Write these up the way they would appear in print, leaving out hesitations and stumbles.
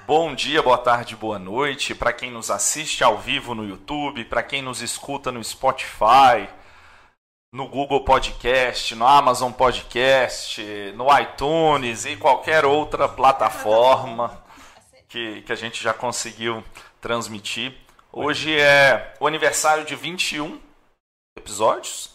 Bom dia, boa tarde, boa noite para quem nos assiste ao vivo no YouTube, para quem nos escuta no Spotify, no Google Podcast, no Amazon Podcast, no iTunes e qualquer outra plataforma que a gente já conseguiu transmitir. Hoje é o aniversário de 21 episódios.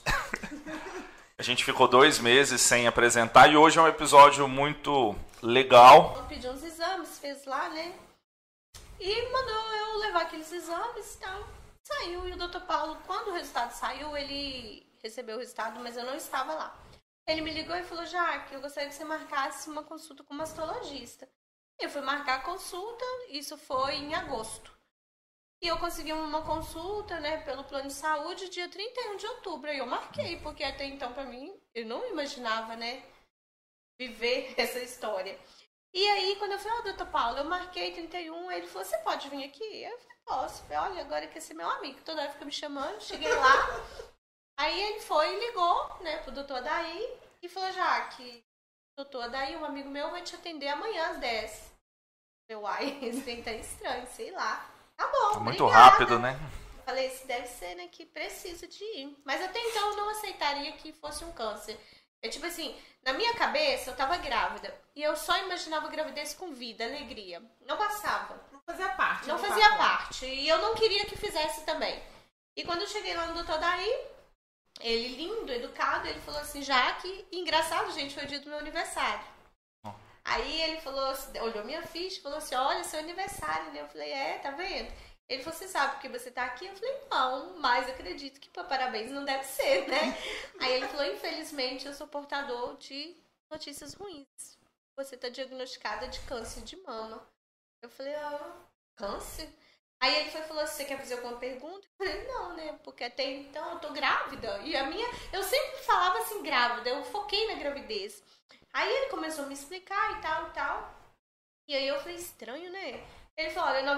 A gente ficou 2 meses sem apresentar e hoje é um episódio muito legal. Eu pedi uns exames, fez lá, né? E mandou eu levar aqueles exames e tal. Saiu, e o Dr. Paulo, quando o resultado saiu, ele recebeu o resultado, mas eu não estava lá. Ele me ligou e falou, Jaque, eu gostaria que você marcasse uma consulta com o mastologista. Eu fui marcar a consulta, isso foi em agosto. E eu consegui uma consulta, né, pelo plano de saúde, dia 31 de outubro. Aí eu marquei, porque até então, pra mim, eu não imaginava, né, viver essa história. E aí, quando eu falei, doutor Paulo, eu marquei 31, ele falou, você pode vir aqui? Eu falei, posso. Eu falei, olha, agora quer ser meu amigo. Toda hora fica me chamando, cheguei lá. Aí ele foi e ligou, né, pro doutor Adair e falou, Jaque, doutor Adair, um amigo meu vai te atender amanhã às 10. Eu, uai, esse trem tá estranho, sei lá. Tá bom, Tá muito obrigada. rápido, né? Falei, isso deve ser, né, que preciso de ir. Mas até então eu não aceitaria que fosse um câncer. É tipo assim, na minha cabeça eu tava grávida. E eu só imaginava gravidez com vida, alegria. Não passava. Não fazia parte. Não fazia parte. E eu não queria que fizesse também. E quando eu cheguei lá no doutor Daí, ele lindo, educado, ele falou assim, Jaque, engraçado, gente, foi o dia do meu aniversário. Aí ele falou, olhou minha ficha e falou assim, olha, seu aniversário, né? Eu falei, tá vendo? Ele falou, você sabe porque você tá aqui? Eu falei, não, mas acredito que para parabéns não deve ser, né? Aí ele falou, infelizmente, eu sou portador de notícias ruins. Você tá diagnosticada de câncer de mama. Eu falei, câncer? Aí ele falou assim, você quer fazer alguma pergunta? Eu falei, não, né? Porque até então eu tô grávida. E eu sempre falava assim, grávida, eu foquei na gravidez. Aí ele começou a me explicar e tal, e tal. E aí eu falei, estranho, né? Ele falou, olha,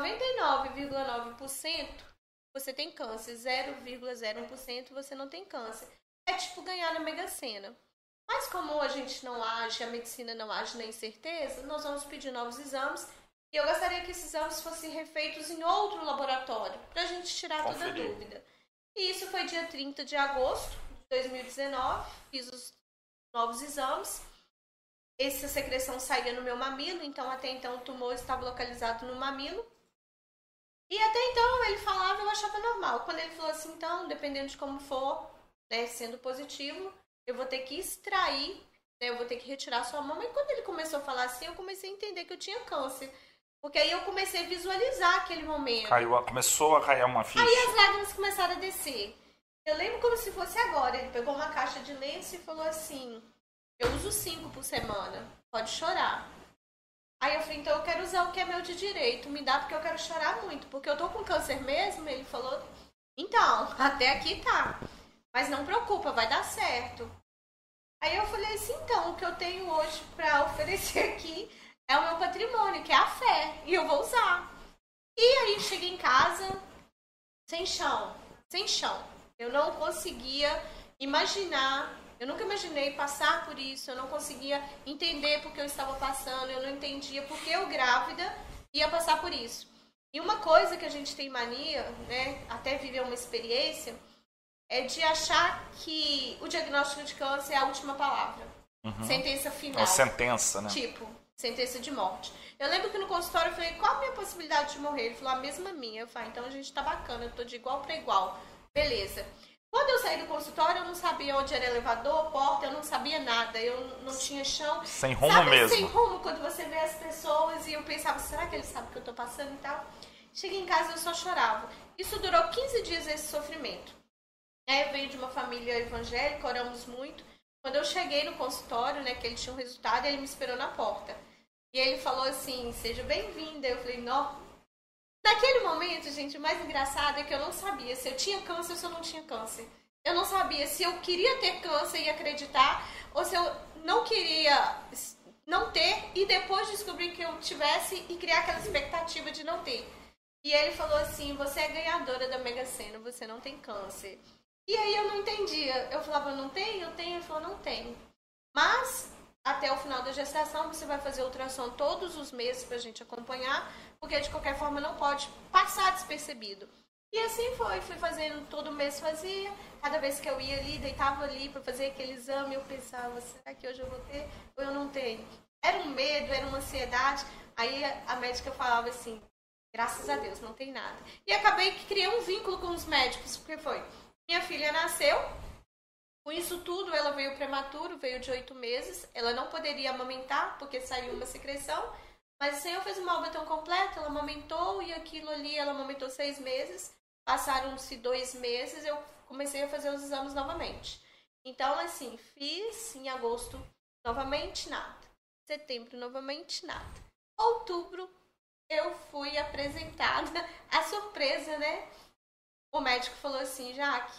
99,9% você tem câncer, 0,01% você não tem câncer. É tipo ganhar na Mega Sena. Mas como a gente não age, a medicina não age na incerteza, nós vamos pedir novos exames. E eu gostaria que esses exames fossem refeitos em outro laboratório, pra gente tirar toda a dúvida. E isso foi dia 30 de agosto de 2019, fiz os novos exames. Essa secreção saía no meu mamilo, então até então o tumor estava localizado no mamilo. E até então ele falava, eu achava normal. Quando ele falou assim, então, dependendo de como for, né, sendo positivo, eu vou ter que extrair, né, eu vou ter que retirar sua mama. E quando ele começou a falar assim, eu comecei a entender que eu tinha câncer. Porque aí eu comecei a visualizar aquele momento. Começou a cair uma ficha. Aí as lágrimas começaram a descer. Eu lembro como se fosse agora. Ele pegou uma caixa de lenço e falou assim, eu uso 5 por semana, pode chorar. Aí eu falei, então eu quero usar o que é meu de direito, me dá porque eu quero chorar muito, porque eu tô com câncer mesmo. Ele falou, então, até aqui tá, mas não preocupa, vai dar certo. Aí eu falei assim, então, o que eu tenho hoje pra oferecer aqui é o meu patrimônio, que é a fé, e eu vou usar. E aí cheguei em casa, sem chão. Eu não conseguia imaginar. Eu nunca imaginei passar por isso, eu não conseguia entender porque eu estava passando, eu não entendia porque eu grávida ia passar por isso. E uma coisa que a gente tem mania, né, até viver uma experiência, é de achar que o diagnóstico de câncer é a última palavra. Sentença final. Uma sentença, né? Tipo, sentença de morte. Eu lembro que no consultório eu falei, qual a minha possibilidade de morrer? Ele falou, a mesma minha. Eu falei, então a gente tá bacana, eu tô de igual para igual. Beleza. Quando eu saí do consultório, eu não sabia onde era elevador, porta, eu não sabia nada, eu não tinha chão. Sem rumo. Sabe, mesmo. Sem rumo, quando você vê as pessoas e eu pensava, será que eles sabem o que eu tô passando e tal? Cheguei em casa e eu só chorava. Isso durou 15 dias esse sofrimento. Eu venho de uma família evangélica, oramos muito. Quando eu cheguei no consultório, né, que ele tinha um resultado, ele me esperou na porta. E ele falou assim, seja bem-vinda. Eu falei, não. Naquele momento, gente, o mais engraçado é que eu não sabia se eu tinha câncer ou se eu não tinha câncer. Eu não sabia se eu queria ter câncer e acreditar, ou se eu não queria não ter e depois descobrir que eu tivesse e criar aquela expectativa de não ter. E ele falou assim, você é ganhadora da Mega Sena, você não tem câncer. E aí eu não entendia. Eu falava, não tem? Eu tenho? Ele falou, não tenho. Mas até o final da gestação, você vai fazer ultrassom todos os meses pra gente acompanhar, porque de qualquer forma não pode passar despercebido. E assim fui fazendo, todo mês fazia, cada vez que eu ia ali, deitava ali pra fazer aquele exame, eu pensava, será que hoje eu vou ter ou eu não tenho? Era um medo, era uma ansiedade, aí a médica falava assim, graças a Deus, não tem nada. E acabei que criei um vínculo com os médicos, porque foi, minha filha nasceu, com isso tudo ela veio prematuro, veio de 8 meses, ela não poderia amamentar, porque saiu uma secreção, mas o Senhor fez uma obra tão completa, ela amamentou e aquilo ali, ela amamentou 6 meses, passaram-se 2 meses, eu comecei a fazer os exames novamente. Então, assim, fiz em agosto, novamente nada. Setembro, novamente nada. Outubro, eu fui apresentada, a surpresa, né? O médico falou assim, Jaque,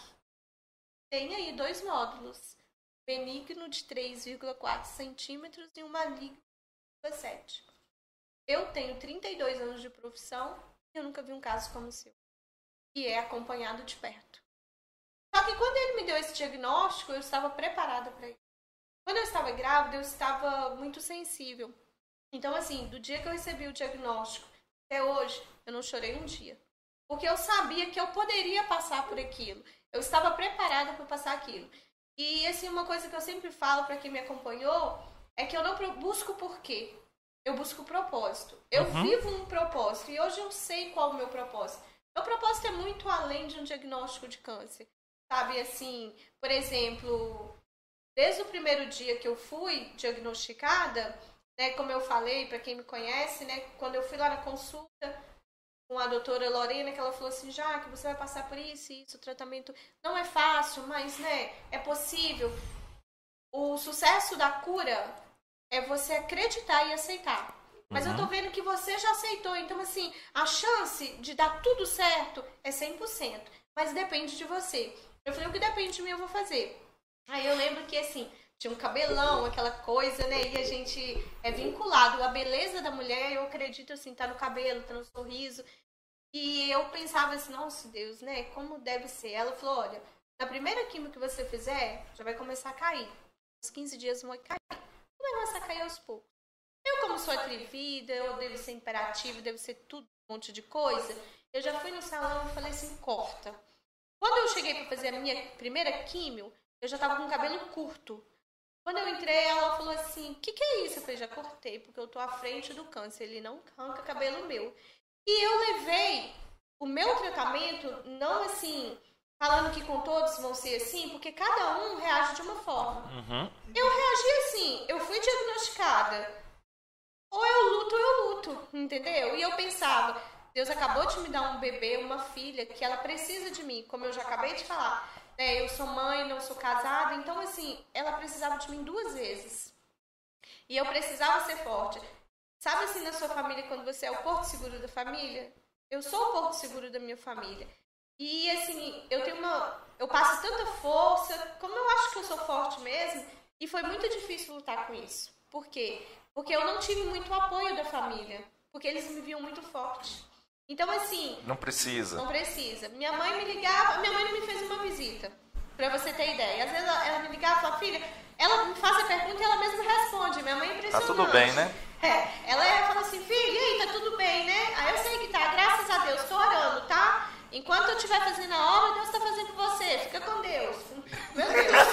tem aí 2 nódulos, benigno de 3,4 centímetros e um maligno de 7. Eu tenho 32 anos de profissão e eu nunca vi um caso como o seu. E é acompanhado de perto. Só que quando ele me deu esse diagnóstico, eu estava preparada para isso. Quando eu estava grávida, eu estava muito sensível. Então, assim, do dia que eu recebi o diagnóstico até hoje, eu não chorei um dia. Porque eu sabia que eu poderia passar por aquilo. Eu estava preparada para passar aquilo. E, assim, uma coisa que eu sempre falo para quem me acompanhou é que eu não busco porquê. Eu busco propósito. Eu vivo um propósito. E hoje eu sei qual é o meu propósito. Meu propósito é muito além de um diagnóstico de câncer. Sabe, assim, por exemplo, desde o primeiro dia que eu fui diagnosticada, né, como eu falei, para quem me conhece, né, quando eu fui lá na consulta com a doutora Lorena, que ela falou assim, Jaque, você vai passar por isso, o tratamento não é fácil, mas, né, é possível. O sucesso da cura é você acreditar e aceitar. Mas eu tô vendo que você já aceitou, então, assim, a chance de dar tudo certo é 100%, mas depende de você. Eu falei, o que depende de mim eu vou fazer. Aí eu lembro que, assim, tinha um cabelão, aquela coisa, né? E a gente é vinculado. A beleza da mulher, eu acredito, assim, tá no cabelo, tá no sorriso. E eu pensava assim, nossa Deus, né? Como deve ser? Ela falou, olha, na primeira quimio que você fizer, já vai começar a cair. Uns 15 dias vai cair. Vai começar a cair aos poucos. Eu, como sou atrevida, eu devo ser imperativa, devo ser tudo, um monte de coisa. Eu já fui no salão e falei assim, corta. Quando eu cheguei para fazer a minha primeira químio, eu já tava com o cabelo curto. Quando eu entrei, ela falou assim, o que é isso? Eu falei, já cortei, porque eu tô à frente do câncer, ele não arranca cabelo meu. E eu levei o meu tratamento, não assim, falando que com todos vão ser assim, porque cada um reage de uma forma. Eu reagi assim, eu fui diagnosticada, ou eu luto, entendeu? E eu pensava, Deus acabou de me dar um bebê, uma filha, que ela precisa de mim, como eu já acabei de falar. Né? Eu sou mãe, não sou casada, então assim, ela precisava de mim 2 vezes. E eu precisava ser forte. Sabe assim, na sua família, quando você é o porto seguro da família? Eu sou o porto seguro da minha família. E assim, eu passo tanta força, como eu acho que eu sou forte mesmo, e foi muito difícil lutar com isso. Por quê? Porque eu não tive muito apoio da família, porque eles me viam muito forte. Então, assim... Não precisa. Não precisa. Minha mãe me ligava, minha mãe não me fez uma visita, pra você ter ideia. Às vezes ela me ligava e falava, filha, ela me faz a pergunta e ela mesma responde. Minha mãe é impressionante. Tá tudo bem, né? Ela fala assim, filha, e aí, tá tudo bem, né? Aí eu sei que tá, graças a Deus, tô orando, tá? Enquanto eu estiver fazendo a obra, Deus tá fazendo por você. Fica com Deus. Meu Deus.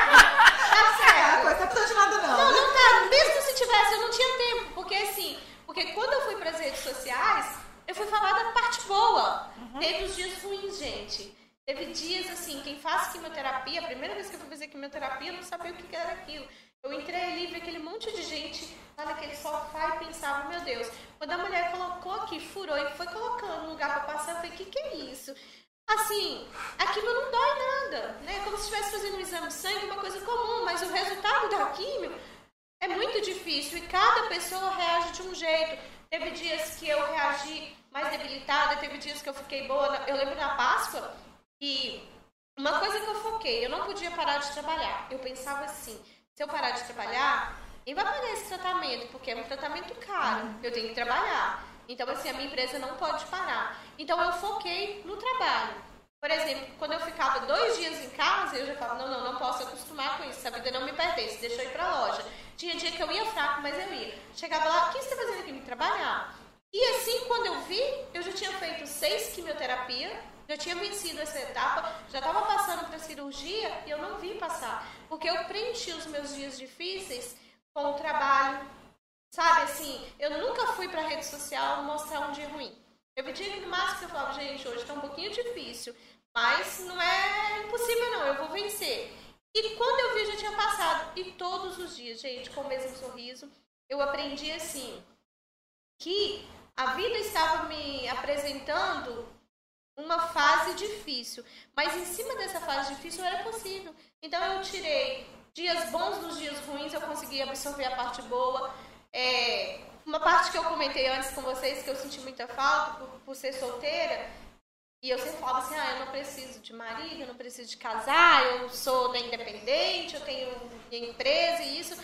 Tá certo. Não tá precisando de nada, não. Não tá. Mesmo se tivesse, eu não tinha tempo. Porque assim, quando eu fui pras redes sociais, eu fui falar da parte boa. Teve os dias ruins, gente. Teve dias assim, quem faz quimioterapia, a primeira vez que eu fui fazer quimioterapia, eu não sabia o que era aquilo. Eu entrei ali, vi aquele monte de gente lá naquele sofá e pensava, meu Deus, quando a mulher colocou aqui, furou e foi colocando no lugar pra passar, eu falei, que é isso? Assim, aquilo não dói nada, né? Como se estivesse fazendo um exame de sangue, uma coisa comum, mas o resultado da quimio é muito difícil e cada pessoa reage de um jeito. Teve dias que eu reagi mais debilitada, teve dias que eu fiquei boa. Eu lembro na Páscoa e uma coisa que eu foquei, eu não podia parar de trabalhar. Eu pensava assim, se eu parar de trabalhar, quem vai pagar esse tratamento? Porque é um tratamento caro, eu tenho que trabalhar. Então, assim, a minha empresa não pode parar. Então, eu foquei no trabalho. Por exemplo, quando eu ficava 2 dias em casa, eu já falava, não posso acostumar com isso, essa vida não me pertence, deixa eu ir pra loja. Tinha dia que eu ia fraco, mas eu ia. Chegava lá, o que você tá fazendo aqui? Me trabalhar. E assim, quando eu vi, eu já tinha feito 6 quimioterapias, já tinha vencido essa etapa, já estava passando para cirurgia e eu não vi passar. Porque eu preenchi os meus dias difíceis com o trabalho, sabe? Assim, eu nunca fui para a rede social mostrar um dia ruim. Eu pedia que no máximo que eu falava, gente, hoje está um pouquinho difícil, mas não é impossível não, eu vou vencer. E quando eu vi, já tinha passado. E todos os dias, gente, com o mesmo sorriso, eu aprendi assim, que a vida estava me apresentando uma fase difícil, mas em cima dessa fase difícil era possível. Então eu tirei dias bons dos dias ruins, eu consegui absorver a parte boa. Uma parte que eu comentei antes com vocês, que eu senti muita falta por ser solteira, e eu sempre falava assim, eu não preciso de marido, eu não preciso de casar, eu sou independente, eu tenho minha empresa e isso.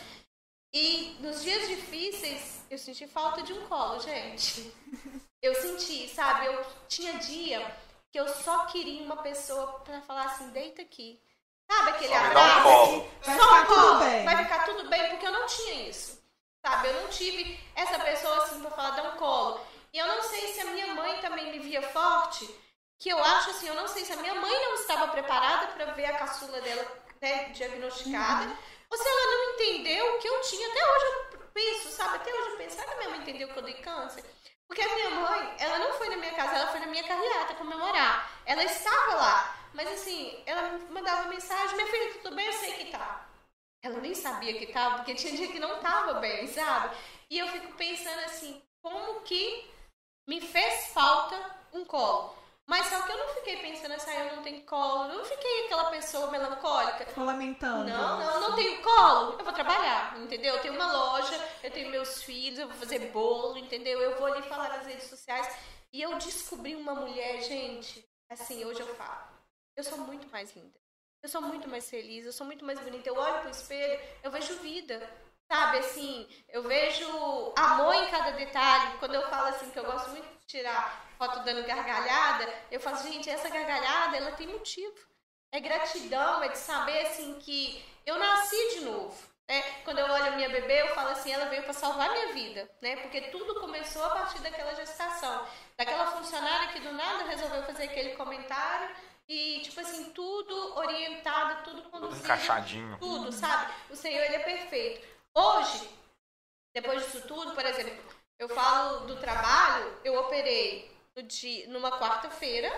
E nos dias difíceis, eu senti falta de um colo, gente. Eu senti, sabe? Eu tinha dia que eu só queria uma pessoa pra falar assim, deita aqui. Sabe aquele abraço? Só um colo. Vai ficar tudo bem, porque eu não tinha isso. Sabe? Eu não tive essa pessoa assim pra falar, dá um colo. E eu não sei se a minha mãe também me via forte, que eu acho assim, eu não sei se a minha mãe não estava preparada pra ver a caçula dela, né, diagnosticada, ou se ela não entendeu o que eu tinha. Até hoje eu penso, sabe? Até hoje eu penso, será que a minha mãe entendeu que eu dei câncer? Porque a minha mãe, ela não foi na minha casa, ela foi na minha carreata comemorar. Ela estava lá, mas assim, ela me mandava mensagem, minha filha, tudo bem? Eu sei que tá. Ela nem sabia que tava, porque tinha dia que não tava bem, sabe? E eu fico pensando assim, como que me fez falta um colo. Mas só que eu não fiquei pensando assim, eu não tenho colo, eu não fiquei aquela pessoa melancólica. Ficou lamentando. Não tenho colo, eu vou trabalhar, entendeu? Eu tenho uma loja, eu tenho meus filhos, eu vou fazer bolo, entendeu? Eu vou ali falar nas redes sociais. E eu descobri uma mulher, gente, assim, hoje eu falo, eu sou muito mais linda, eu sou muito mais feliz, eu sou muito mais bonita. Eu olho pro espelho, eu vejo vida, sabe? Assim, eu vejo amor em cada detalhe. Quando eu falo assim, que eu gosto muito de tirar foto dando gargalhada, eu falo, gente, essa gargalhada, ela tem motivo. É gratidão, é de saber, assim, que eu nasci de novo, né? Quando eu olho a minha bebê, eu falo assim, ela veio para salvar minha vida, né? Porque tudo começou a partir daquela gestação. Daquela funcionária que do nada resolveu fazer aquele comentário e, tipo assim, tudo orientado, tudo conduzido. Tudo encaixadinho. Tudo, sabe? O Senhor, Ele é perfeito. Hoje, depois disso tudo, por exemplo, eu falo do trabalho, eu operei numa quarta-feira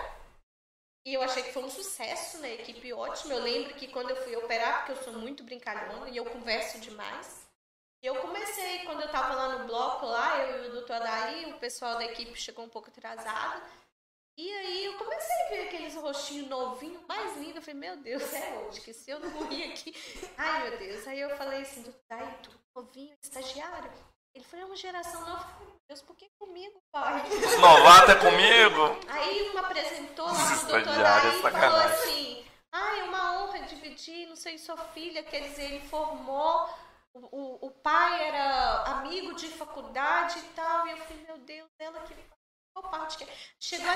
e eu achei que foi um sucesso, né? Equipe ótima. Eu lembro que quando eu fui operar, porque eu sou muito brincalhona e eu converso demais, e eu comecei, quando eu tava lá no bloco, lá, eu e o doutor Adair, o pessoal da equipe chegou um pouco atrasado, e aí eu comecei a ver aqueles rostinhos novinhos, mais lindos. Eu falei, meu Deus, é hoje, que se eu não morrer aqui... Ai, meu Deus. Aí eu falei assim, doutor Adair, tu novinho, estagiário? Ele falou, é uma geração nova. Meu Deus, por que comigo, pai? Os novatos é comigo. Aí uma apresentou lá pro doutor Daí e falou assim, é uma honra dividir, não sei, sua filha, quer dizer, ele formou, o pai era amigo de faculdade e tal. E eu falei, meu Deus, ela que... Qual parte que é? Chegou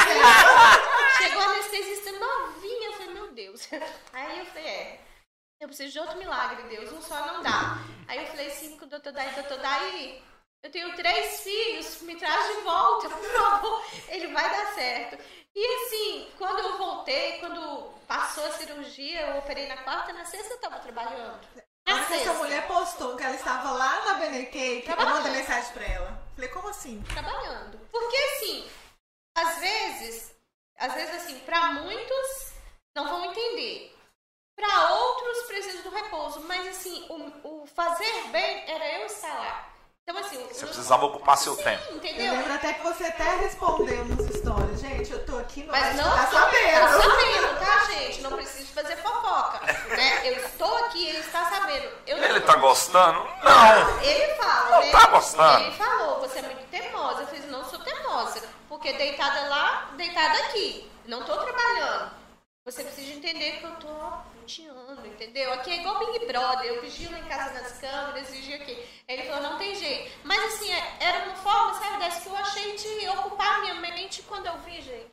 a anestesista novinha, eu falei, meu Deus. Aí eu falei, eu preciso de outro milagre, Deus, um só não dá. Aí eu falei assim com o doutor Daí, eu tenho 3 filhos, me traz de volta, por favor, ele vai dar certo. E assim, quando eu voltei, quando passou a cirurgia, eu operei na quarta, na sexta eu estava trabalhando. Essa mulher postou que ela estava lá na Benecake, eu mandei mensagem pra ela. Falei, como assim? Trabalhando. Porque assim, às vezes assim, pra muitos não vão entender. Para outros precisam do repouso, mas assim, o fazer bem era eu estar lá. Então assim, você precisava ocupar seu tempo. Entendeu? Eu lembro até que você até respondeu nos stories, gente, eu tô aqui no mas não tá sabendo. Tá sabendo, tá, gente? Não preciso fazer fofoca, né? Eu estou aqui, ele está sabendo. Ele tá gostando? Não. Ele fala, não, né? Tá gostando. Ele falou, você é muito teimosa. Eu falei, não sou teimosa, porque deitada lá, deitada aqui. Não tô trabalhando. Você precisa entender que eu tô vigiando, entendeu? Aqui é igual Big Brother, eu vigio lá em casa nas câmeras, vigio aqui. Ele falou, não tem jeito. Mas assim, era uma forma, sabe, dessa que eu achei de ocupar minha mente quando eu vi, gente.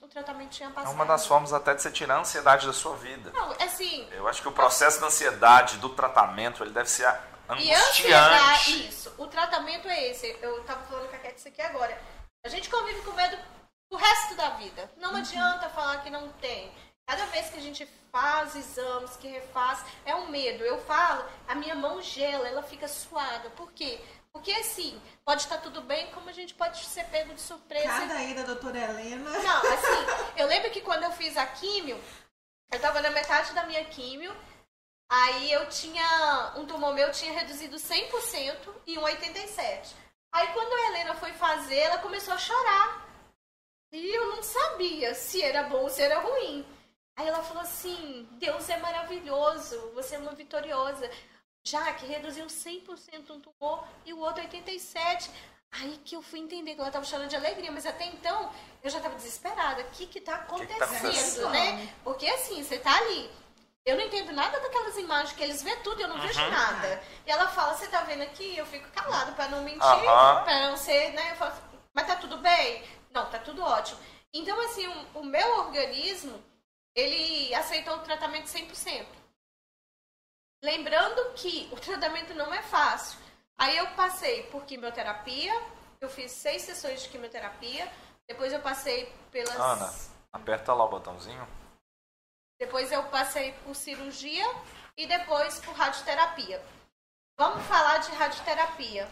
o tratamento tinha É passado. uma das formas até de você tirar a ansiedade da sua vida. Não, assim... Eu acho que o processo da ansiedade do tratamento, ele deve ser E angustiante. ansiedade, isso. O tratamento é esse. Eu tava falando com a Cat isso aqui agora. A gente convive com medo o resto da vida. Não adianta falar que não tem. Cada vez que a gente faz exames, que refaz, é um medo. Eu falo, a minha mão gela, ela fica suada. Por quê? Porque assim, pode estar tudo bem, como a gente pode ser pego de surpresa. Cada aí da doutora Helena. Não, assim, eu lembro que quando eu fiz a químio, eu tava na metade da minha químio, aí eu tinha, um tumor meu tinha reduzido 100% e 1,87%. Aí quando a Helena foi fazer, ela começou a chorar. E eu não sabia se era bom ou se era ruim. Aí ela falou assim, Deus é maravilhoso, você é uma vitoriosa. Já que reduziu 100% um tumor e o outro 87%. Aí que eu fui entender que ela estava chorando de alegria, mas até então eu já estava desesperada. O que está acontecendo, né? Porque assim, você tá ali. Eu não entendo nada daquelas imagens que eles vê tudo, eu não vejo nada. E ela fala, você tá vendo aqui? Eu fico calada para não mentir, para não ser, né? Eu falo, mas tá tudo bem? Não, tá tudo ótimo. Então, assim, o meu organismo, ele aceitou o tratamento 100%. Lembrando que o tratamento não é fácil. Aí eu passei por quimioterapia, eu fiz 6 sessões de quimioterapia, depois eu passei pelas... Ana, aperta lá o botãozinho. Depois eu passei por cirurgia e depois por radioterapia. Vamos falar de radioterapia.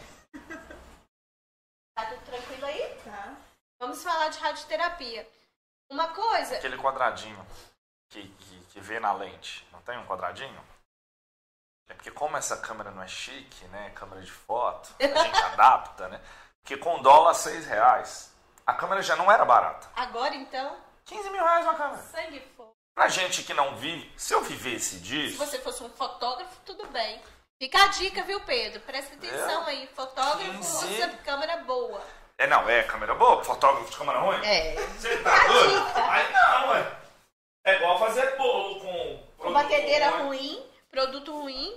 Tá tudo tranquilo aí? Tá. Vamos falar de radioterapia. Uma coisa... Aquele quadradinho que vê na lente, não tem um quadradinho? É porque como essa câmera não é chique, né? Câmera de foto, a gente adapta, né? Porque com dólar R$6, a câmera já não era barata. Agora então... 15 mil reais uma câmera. Sangue fogo. Pra gente que não vive, se eu vivesse disso... Se você fosse um fotógrafo, tudo bem. Fica a dica, viu, Pedro? Presta atenção aí. Fotógrafo usa câmera boa. Câmera boa? Fotógrafo de câmera ruim? É. Você tá doido? Aí não, ué. É igual fazer bolo com Batedeira ruim, produto ruim.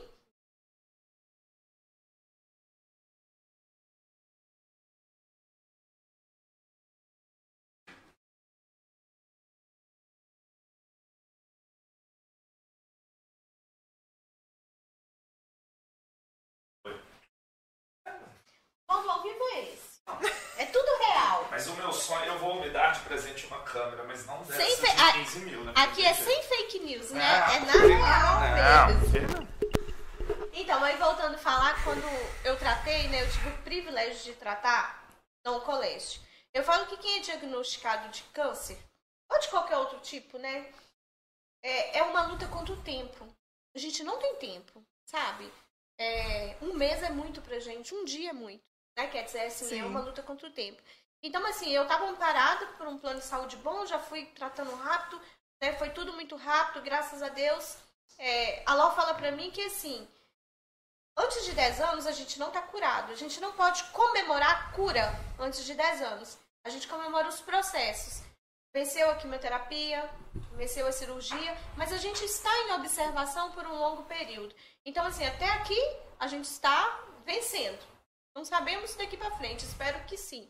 Vamos ao vivo é esse. É tudo real. Mas o meu sonho, eu vou me dar de presente uma câmera, mas não dessa Sem de 15 mil, né? Aqui é sem fake news, né? É na Não, real mesmo. Então, aí voltando a falar, quando eu tratei, né? Eu tive o privilégio de tratar no oncoleste. Eu falo que quem é diagnosticado de câncer, ou de qualquer outro tipo, né? É uma luta contra o tempo. A gente não tem tempo, sabe? Um mês é muito pra gente, um dia é muito. Né? Quer dizer, assim, Sim. é uma luta contra o tempo. Então, assim, eu estava amparada por um plano de saúde bom, já fui tratando rápido, né? Foi tudo muito rápido, graças a Deus. A Ló fala pra mim que, assim, antes de 10 anos a gente não tá curado. A gente não pode comemorar a cura antes de 10 anos. A gente comemora os processos. Venceu a quimioterapia, venceu a cirurgia, mas a gente está em observação por um longo período. Então, assim, até aqui a gente está vencendo. Não sabemos daqui pra frente, espero que sim.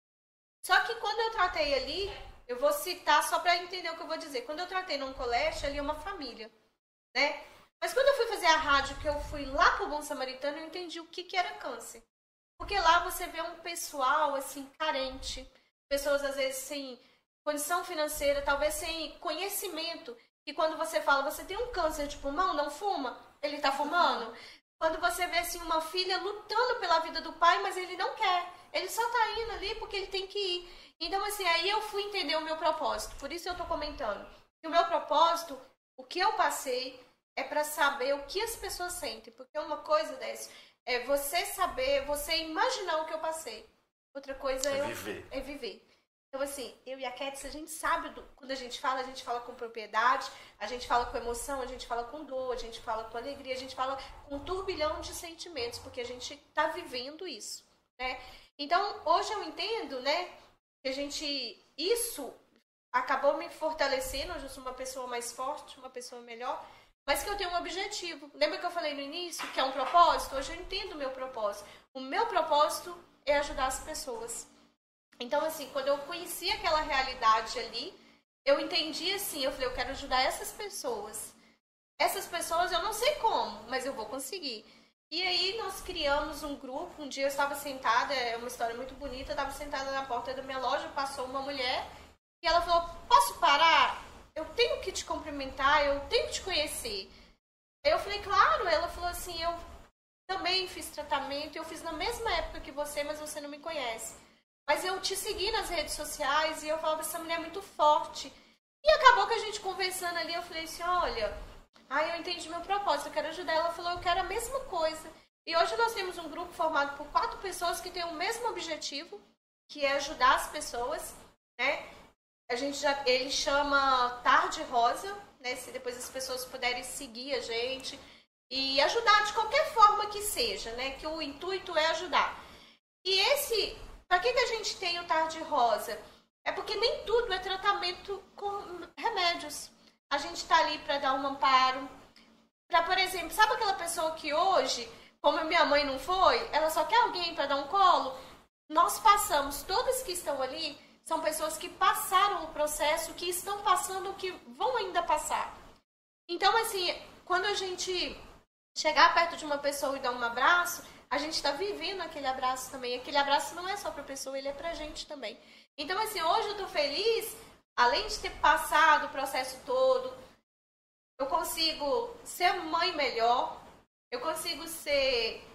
Só que quando eu tratei ali, eu vou citar só pra entender o que eu vou dizer. Quando eu tratei no oncoleste, ali é uma família, né? Mas quando eu fui fazer a rádio, que eu fui lá pro Bom Samaritano, eu entendi o que era câncer. Porque lá você vê um pessoal, assim, carente. Pessoas, às vezes, sem condição financeira, talvez sem conhecimento. E quando você fala, você tem um câncer de pulmão, não fuma? Ele tá fumando? Quando você vê, assim, uma filha lutando pela vida do pai, mas ele não quer. Ele só tá indo ali porque ele tem que ir. Então, assim, aí eu fui entender o meu propósito. Por isso eu tô comentando. E o meu propósito, o que eu passei, é para saber o que as pessoas sentem. Porque uma coisa dessa é você saber, você imaginar o que eu passei. Outra coisa é viver. Então, assim, eu e a Cat, a gente sabe, quando a gente fala com propriedade, a gente fala com emoção, a gente fala com dor, a gente fala com alegria, a gente fala com um turbilhão de sentimentos, porque a gente está vivendo isso, né? Então, hoje eu entendo, né, que isso acabou me fortalecendo, hoje eu sou uma pessoa mais forte, uma pessoa melhor, mas que eu tenho um objetivo. Lembra que eu falei no início que é um propósito? Hoje eu entendo o meu propósito. O meu propósito é ajudar as pessoas. Então, assim, quando eu conheci aquela realidade ali, eu entendi assim, eu falei, eu quero ajudar essas pessoas. Essas pessoas eu não sei como, mas eu vou conseguir. E aí nós criamos um grupo, um dia eu estava sentada, é uma história muito bonita, eu estava sentada na porta da minha loja, passou uma mulher e ela falou, posso parar? Eu tenho que te cumprimentar, eu tenho que te conhecer. Aí eu falei, claro. Ela falou assim, eu também fiz tratamento, eu fiz na mesma época que você, mas você não me conhece. Mas eu te segui nas redes sociais e eu falava, essa mulher é muito forte. E acabou que a gente conversando ali, eu falei assim, olha, eu entendi meu propósito, eu quero ajudar. Ela falou, eu quero a mesma coisa. E hoje nós temos um grupo formado por 4 pessoas que têm o mesmo objetivo, que é ajudar as pessoas, né? Ele chama Tarde Rosa, né? Se depois as pessoas puderem seguir a gente e ajudar de qualquer forma que seja, né? Que o intuito é ajudar. E para que a gente tem o Tarde Rosa? É porque nem tudo é tratamento com remédios. A gente está ali para dar um amparo. Para, por exemplo, sabe aquela pessoa que hoje, como a minha mãe não foi, ela só quer alguém para dar um colo? Nós passamos, todas que estão ali, são pessoas que passaram o processo, que estão passando o que vão ainda passar. Então, assim, quando a gente chegar perto de uma pessoa e dar um abraço, a gente está vivendo aquele abraço também. Aquele abraço não é só para a pessoa, ele é para a gente também. Então, assim, hoje eu estou feliz, além de ter passado o processo todo, eu consigo ser mãe melhor, eu consigo ser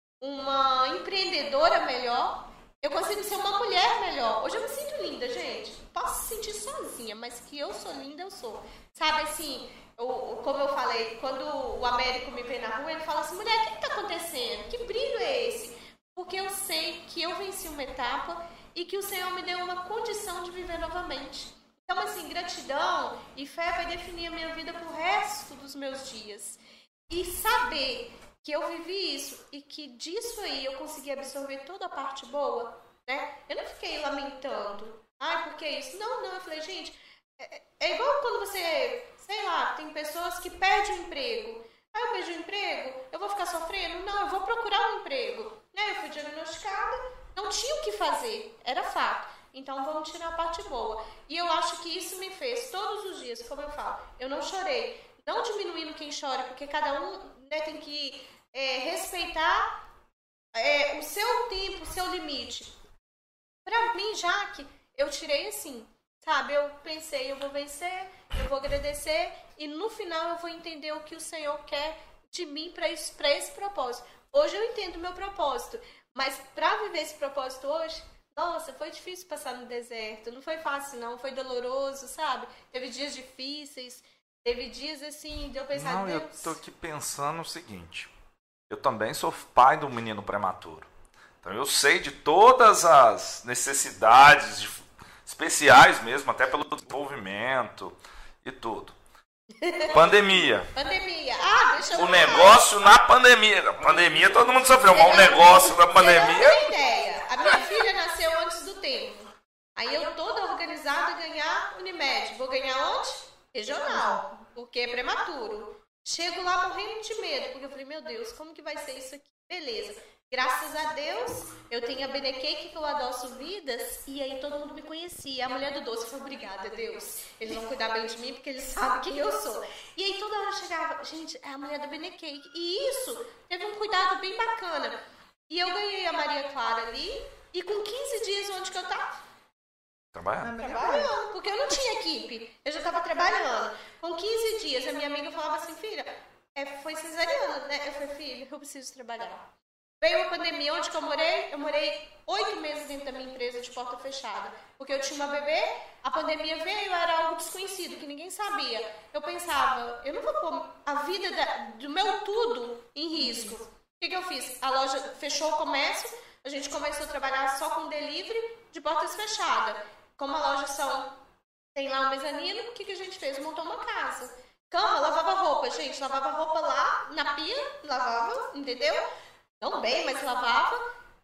uma empreendedora melhor, eu consigo ser uma mulher melhor. Hoje eu me sinto linda, gente. Posso se sentir sozinha, mas que eu sou linda, eu sou. Sabe, assim, como eu falei, quando o Américo me vê na rua, ele fala assim, mulher, o que está acontecendo? Que brilho é esse? Porque eu sei que eu venci uma etapa e que o Senhor me deu uma condição de viver novamente. Então, assim, gratidão e fé vai definir a minha vida pro resto dos meus dias. E saber que eu vivi isso e que disso aí eu consegui absorver toda a parte boa, né? Eu não fiquei lamentando. Por que isso? Não, eu falei, gente, é igual quando você, sei lá, tem pessoas que perdem o emprego. Eu perdi o emprego, eu vou ficar sofrendo? Não, eu vou procurar um emprego. Eu fui diagnosticada, não tinha o que fazer, era fato. Então vamos tirar a parte boa. E eu acho que isso me fez todos os dias, como eu falo, eu não chorei. Não diminuindo quem chora, porque cada um, né, tem que respeitar o seu tempo, o seu limite. Pra mim, Jaque, eu tirei assim, sabe? Eu pensei, eu vou vencer, eu vou agradecer e no final eu vou entender o que o Senhor quer de mim para esse propósito. Hoje eu entendo o meu propósito, mas para viver esse propósito hoje, nossa, foi difícil passar no deserto, não foi fácil não, foi doloroso, sabe? Teve dias difíceis, teve dias assim, de eu pensar... Não, eu tô aqui pensando o seguinte, eu também sou pai de um menino prematuro, então eu sei de todas as necessidades especiais mesmo, até pelo desenvolvimento e tudo. Pandemia. Deixa eu O negócio na pandemia. A pandemia todo mundo sofreu, mas o negócio na pandemia... Você não tem ideia. A minha filha nasceu antes do tempo. Aí eu toda organizada a ganhar Unimed. Vou ganhar onde? Regional. Porque é prematuro. Chego lá morrendo de medo, porque eu falei, meu Deus, como que vai ser isso aqui? Beleza. Graças a Deus, eu tenho a Benecake que eu adoço vidas, e aí todo mundo me conhecia. A mulher do doce falou, obrigada, Deus. Eles vão cuidar bem de mim porque eles sabem quem eu sou. E aí toda hora chegava, gente, é a mulher da Benecake. E isso teve um cuidado bem bacana. E eu ganhei a Maria Clara ali, e com 15 dias, onde que eu tava? Trabalhando, porque eu não tinha equipe. Eu já estava trabalhando. Com 15 dias, a minha amiga falava assim, filha, foi cesariana, né? Eu falei, filha, eu preciso trabalhar. Veio a pandemia, onde que eu morei? Eu morei 8 meses dentro da minha empresa de porta fechada. Porque eu tinha uma bebê, a pandemia veio, era algo desconhecido, que ninguém sabia. Eu pensava, eu não vou pôr a vida do meu tudo em risco. O que eu fiz? A loja fechou o comércio, a gente começou a trabalhar só com delivery de portas fechadas. Como a loja tem lá um mezanino, o que a gente fez? Montou uma casa. Cama, lavava roupa, gente, lavava roupa lá, na pia, lavava, entendeu? Não bem, mas lavava.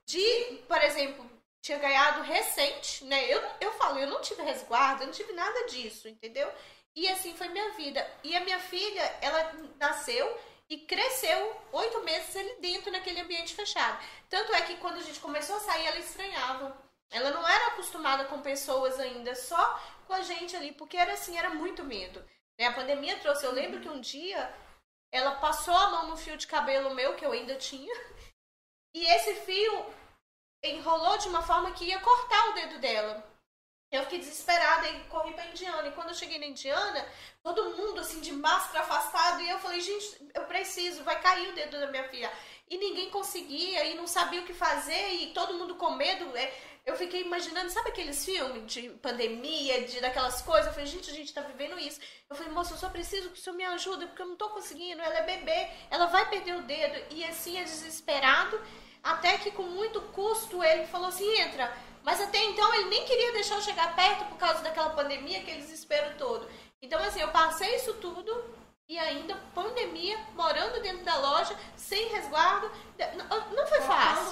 Por exemplo, tinha ganhado recente, né? Eu falo, eu não tive resguardo, eu não tive nada disso, entendeu? E assim foi minha vida. E a minha filha, ela nasceu e cresceu 8 meses ali dentro, naquele ambiente fechado. Tanto é que quando a gente começou a sair, ela estranhava. Ela não era acostumada com pessoas ainda, só com a gente ali, porque era assim, era muito medo. Né? A pandemia trouxe, eu lembro que um dia ela passou a mão no fio de cabelo meu, que eu ainda tinha, e esse fio enrolou de uma forma que ia cortar o dedo dela. Eu fiquei desesperada e corri pra Indiana. E quando eu cheguei na Indiana, todo mundo assim de máscara afastado. E eu falei, gente, eu preciso, vai cair o dedo da minha filha. E ninguém conseguia e não sabia o que fazer. E todo mundo com medo. Eu fiquei imaginando, sabe aqueles filmes de pandemia, daquelas coisas? Eu falei, gente, a gente tá vivendo isso. Eu falei, moça, eu só preciso que o senhor me ajude, porque eu não tô conseguindo. Ela é bebê, ela vai perder o dedo. E assim, é desesperado. Até que com muito custo ele falou assim, entra. Mas até então ele nem queria deixar eu chegar perto por causa daquela pandemia, aquele desespero todo. Então assim, eu passei isso tudo e ainda pandemia, morando dentro da loja, sem resguardo. Não foi fácil.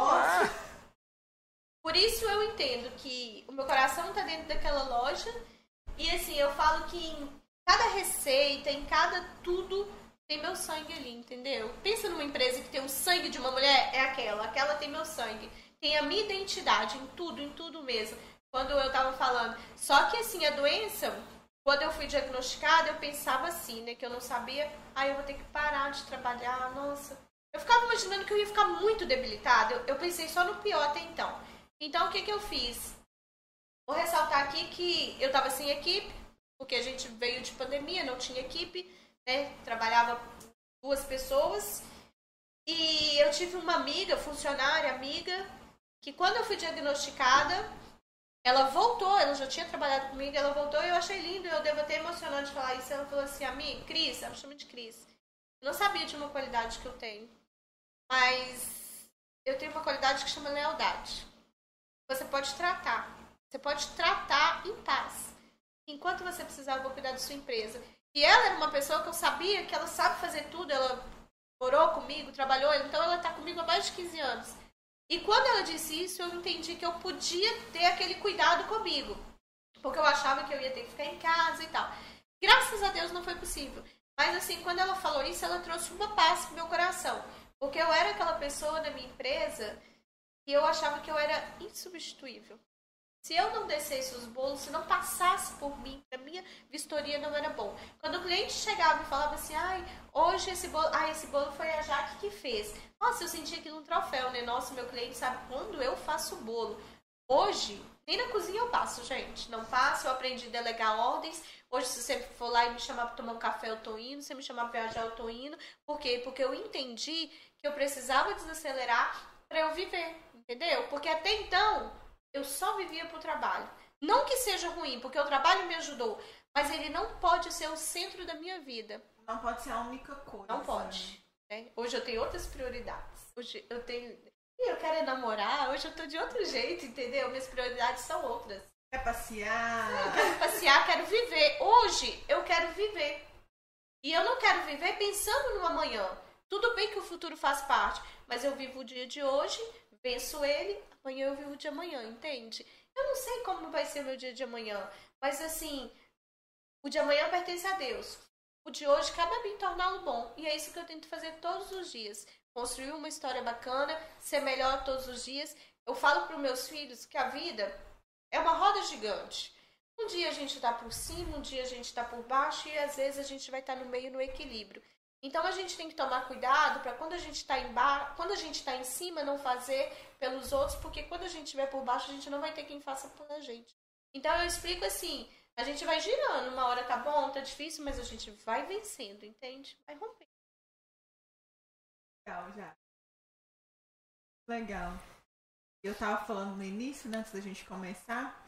Por isso eu entendo que o meu coração tá dentro daquela loja. E assim, eu falo que em cada receita, em cada tudo, tem meu sangue ali, entendeu? Pensa numa empresa que tem o sangue de uma mulher, é aquela tem meu sangue. Tem a minha identidade em tudo mesmo. Quando eu tava falando. Só que assim, a doença, quando eu fui diagnosticada, eu pensava assim, né? Que eu não sabia, eu vou ter que parar de trabalhar, nossa. Eu ficava imaginando que eu ia ficar muito debilitada. Eu pensei só no pior até então. Então, o que eu fiz? Vou ressaltar aqui que eu tava sem equipe, porque a gente veio de pandemia, não tinha equipe, né? Trabalhava 2 pessoas. E eu tive uma amiga, funcionária, amiga, que quando eu fui diagnosticada, ela voltou, ela já tinha trabalhado comigo, ela voltou e eu achei lindo, eu devo até emocionante falar isso. Ela falou assim, amiga, Cris, ela chama de Cris. Eu não sabia de uma qualidade que eu tenho, mas eu tenho uma qualidade que chama lealdade. Você pode tratar em paz. Enquanto você precisar, eu vou cuidar da sua empresa. E ela era uma pessoa que eu sabia que ela sabe fazer tudo, ela morou comigo, trabalhou, então ela tá comigo há mais de 15 anos. E quando ela disse isso, eu entendi que eu podia ter aquele cuidado comigo. Porque eu achava que eu ia ter que ficar em casa e tal. Graças a Deus não foi possível. Mas assim, quando ela falou isso, ela trouxe uma paz pro meu coração. Porque eu era aquela pessoa da minha empresa e eu achava que eu era insubstituível. Se eu não descesse os bolos, se não passasse por mim, a minha vistoria não era bom. Quando o cliente chegava e falava assim, hoje esse bolo foi a Jaque que fez. Nossa, eu sentia aquilo um troféu, né? Nossa, meu cliente sabe quando eu faço o bolo. Hoje, nem na cozinha eu passo, gente. Não passo, eu aprendi a delegar ordens. Hoje, se você for lá e me chamar para tomar um café, eu tô indo. Se você me chamar para viajar, eu tô indo. Por quê? Porque eu entendi que eu precisava desacelerar para eu viver, entendeu? Porque até então, eu só vivia pro trabalho. Não que seja ruim, porque o trabalho me ajudou. Mas ele não pode ser o centro da minha vida. Não pode ser a única coisa. Não pode. Né? Hoje eu tenho outras prioridades. Hoje eu tenho... Eu quero namorar, hoje eu tô de outro jeito, entendeu? Minhas prioridades são outras. Quer passear? Eu quero passear, quero viver. Hoje eu quero viver. E eu não quero viver pensando no amanhã. Tudo bem que o futuro faz parte, mas eu vivo o dia de hoje, venço ele, amanhã eu vivo o de amanhã, entende? Eu não sei como vai ser o meu dia de amanhã, mas assim, o de amanhã pertence a Deus. O de hoje cabe a mim torná-lo bom. E é isso que eu tento fazer todos os dias. Construir uma história bacana, ser melhor todos os dias. Eu falo para os meus filhos que a vida é uma roda gigante. Um dia a gente está por cima, um dia a gente está por baixo e às vezes a gente vai estar no meio, no equilíbrio. Então a gente tem que tomar cuidado para quando a gente está quando a gente está em cima, não fazer pelos outros, porque quando a gente estiver por baixo, a gente não vai ter quem faça pela gente. Então eu explico assim, a gente vai girando, uma hora tá bom, tá difícil, mas a gente vai vencendo, entende? Vai rompendo. Legal, já. Legal. Eu tava falando no início, né, antes da gente começar,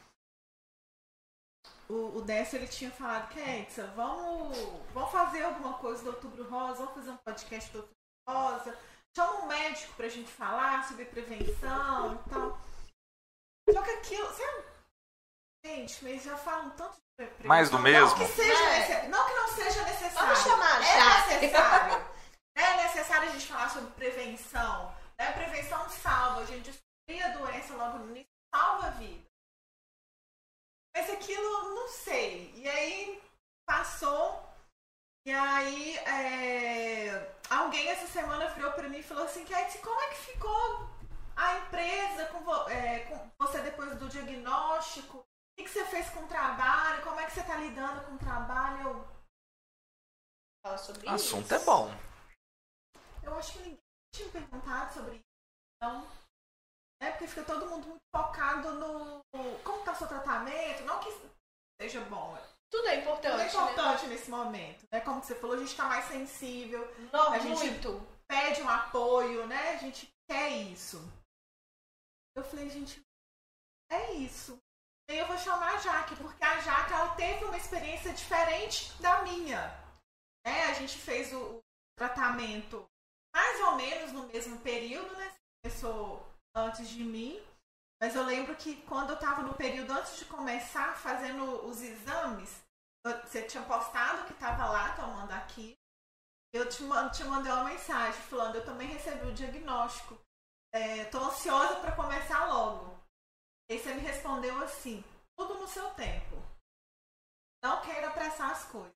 o Décio, ele tinha falado, Ketsa, vamos fazer alguma coisa do Outubro Rosa, vamos fazer um podcast do Outubro Rosa, chama um médico pra gente falar sobre prevenção e tal. Só que aquilo, sabe? Gente, mas já falam tanto de prevenção. Mais do mesmo? Não que não seja necessário. Vamos chamar já. É necessário. É necessário a gente falar sobre prevenção. Né? Prevenção salva. A gente descobrir a doença logo no início, salva a vida. Mas aquilo, não sei. E aí, passou. E aí, alguém essa semana virou pra mim e falou assim, Ketsi, como é que ficou a empresa com você depois do diagnóstico, o que você fez com o trabalho, como é que você está lidando com o trabalho? Fala sobre O assunto isso. é bom. Eu acho que ninguém tinha perguntado sobre isso. Então, porque fica todo mundo muito focado no como está o seu tratamento, não que seja bom. Tudo é importante. Tudo é importante, né? Nesse momento, né? Como você falou, a gente está mais sensível. Não, a gente muito. pede um apoio, né? A gente quer isso. Eu falei, gente, é isso. E aí eu vou chamar a Jaque, porque a Jaque, ela teve uma experiência diferente da minha. Né? A gente fez o tratamento mais ou menos no mesmo período, né? Você começou antes de mim. Mas eu lembro que quando eu estava no período antes de começar, fazendo os exames, você tinha postado que estava lá, tomando aqui. Eu te mandei uma mensagem falando, eu também recebi o diagnóstico. Tô ansiosa para começar logo. E você me respondeu assim, tudo no seu tempo. Não quero apressar as coisas.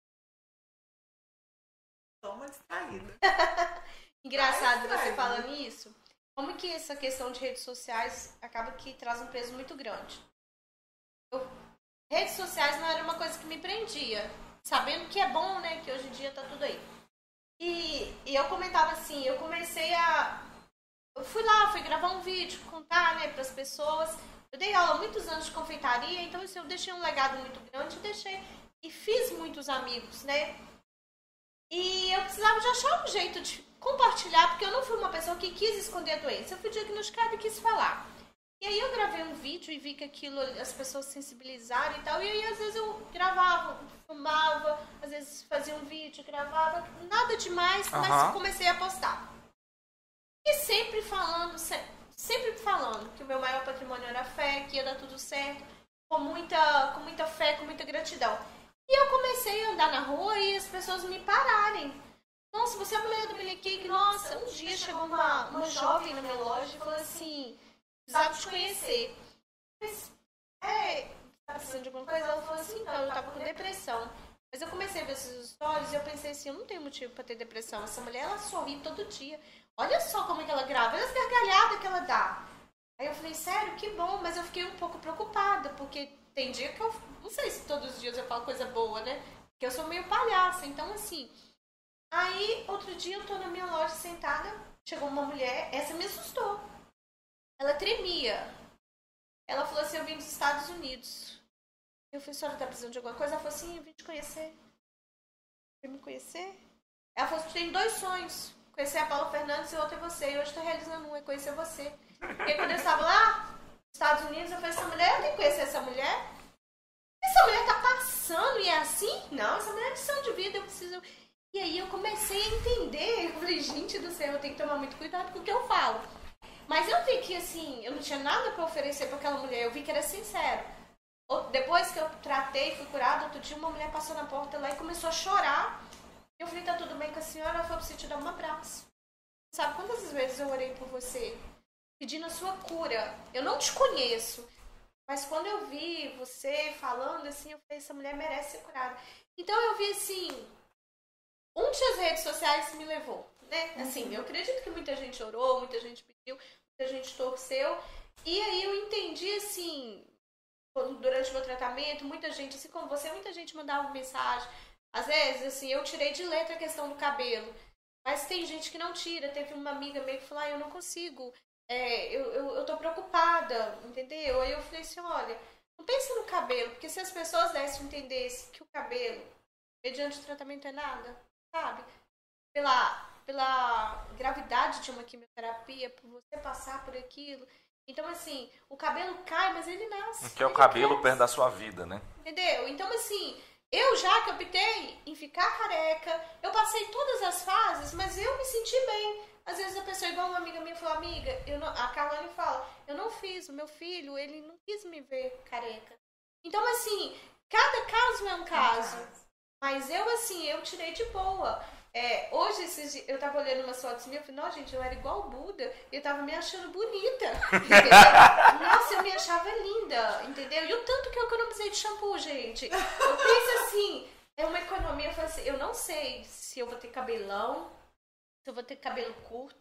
Tô uma distraída. Engraçado você falando isso. Como que essa questão de redes sociais acaba que traz um peso muito grande? Redes sociais não era uma coisa que me prendia. Sabendo que é bom, né? Que hoje em dia tá tudo aí. E eu comentava assim, eu fui lá, fui gravar um vídeo, contar, né, pras pessoas. Eu dei aula há muitos anos de confeitaria, então assim, eu deixei um legado muito grande, e fiz muitos amigos, né? E eu precisava de achar um jeito de compartilhar, porque eu não fui uma pessoa que quis esconder a doença. Eu fui diagnosticada e quis falar. E aí eu gravei um vídeo e vi que aquilo, as pessoas se sensibilizaram e tal. E aí às vezes eu gravava, filmava, às vezes fazia um vídeo, gravava. Nada demais, mas comecei a postar. E sempre falando que o meu maior patrimônio era a fé, que ia dar tudo certo, com muita fé, com muita gratidão. E eu comecei a andar na rua e as pessoas me pararem. Nossa, você é a mulher do Billy Cake? Nossa, um dia chegou uma jovem na minha loja e falou assim, precisava te conhecer. Mas, tá precisando de alguma coisa? Ela falou assim, não, eu tava com depressão. Mas eu comecei a ver esses stories e eu pensei assim, eu não tenho motivo pra ter depressão. Essa mulher, ela sorri todo dia. Olha só como é que ela grava, olha as gargalhadas que ela dá. Aí eu falei, sério, que bom, mas eu fiquei um pouco preocupada, porque tem dia que eu, não sei se todos os dias eu falo coisa boa, né? Porque eu sou meio palhaça, então assim. Aí, outro dia eu tô na minha loja sentada, chegou uma mulher, essa me assustou. Ela tremia. Ela falou assim, eu vim dos Estados Unidos. Eu falei, a senhora tá precisando de alguma coisa? Ela falou assim, eu vim te conhecer. Vem me conhecer? Ela falou assim, tem 2 sonhos. Conhecer a Paula Fernandes e o outro é você. E hoje estou realizando um, é conhecer você. Porque quando eu estava lá, nos Estados Unidos, eu falei, essa mulher, eu tenho que conhecer essa mulher. Essa mulher tá passando e é assim? Não, essa mulher é lição de vida, eu preciso... E aí eu comecei a entender. Eu falei, gente do céu, eu tenho que tomar muito cuidado com o que eu falo. Mas eu vi que, assim, eu não tinha nada para oferecer para aquela mulher. Eu vi que era sincero. Depois que eu tratei, fui curada, outro dia uma mulher passou na porta lá e começou a chorar. Eu falei, tá tudo bem com a senhora? Ela falou, preciso te dar um abraço. Sabe quantas vezes eu orei por você? Pedindo a sua cura. Eu não te conheço. Mas quando eu vi você falando assim, eu falei, essa mulher merece ser curada. Então eu vi assim, onde as redes sociais me levou, né? Assim, eu acredito que muita gente orou, muita gente pediu, muita gente torceu. E aí eu entendi assim, durante o meu tratamento, muita gente, assim como você, muita gente mandava mensagem. Às vezes, assim, eu tirei de letra a questão do cabelo. Mas tem gente que não tira. Teve uma amiga minha que falou, eu não consigo. Eu tô preocupada, entendeu? Aí eu falei assim, olha, não pense no cabelo. Porque se as pessoas dessem entendesse que o cabelo, mediante o tratamento, é nada, sabe? Pela gravidade de uma quimioterapia, por você passar por aquilo. Então, assim, o cabelo cai, mas ele nasce. Que é o cabelo perto da sua vida, né? Entendeu? Então, assim... Eu já que optei em ficar careca, eu passei todas as fases, mas eu me senti bem. Às vezes a pessoa, igual uma amiga minha, falou, amiga, a Carlane fala, eu não fiz, o meu filho, ele não quis me ver careca. Então, assim, cada caso é um caso. Mas eu, assim, eu tirei de boa. Hoje, eu tava olhando umas fotos minhas, eu falei, nossa, gente, eu era igual o Buda, e eu tava me achando bonita, entendeu? Nossa, eu me achava linda, entendeu? E o tanto que eu economizei de shampoo, gente. Eu penso assim, é uma economia, eu falei assim, eu não sei se eu vou ter cabelão, se eu vou ter cabelo curto,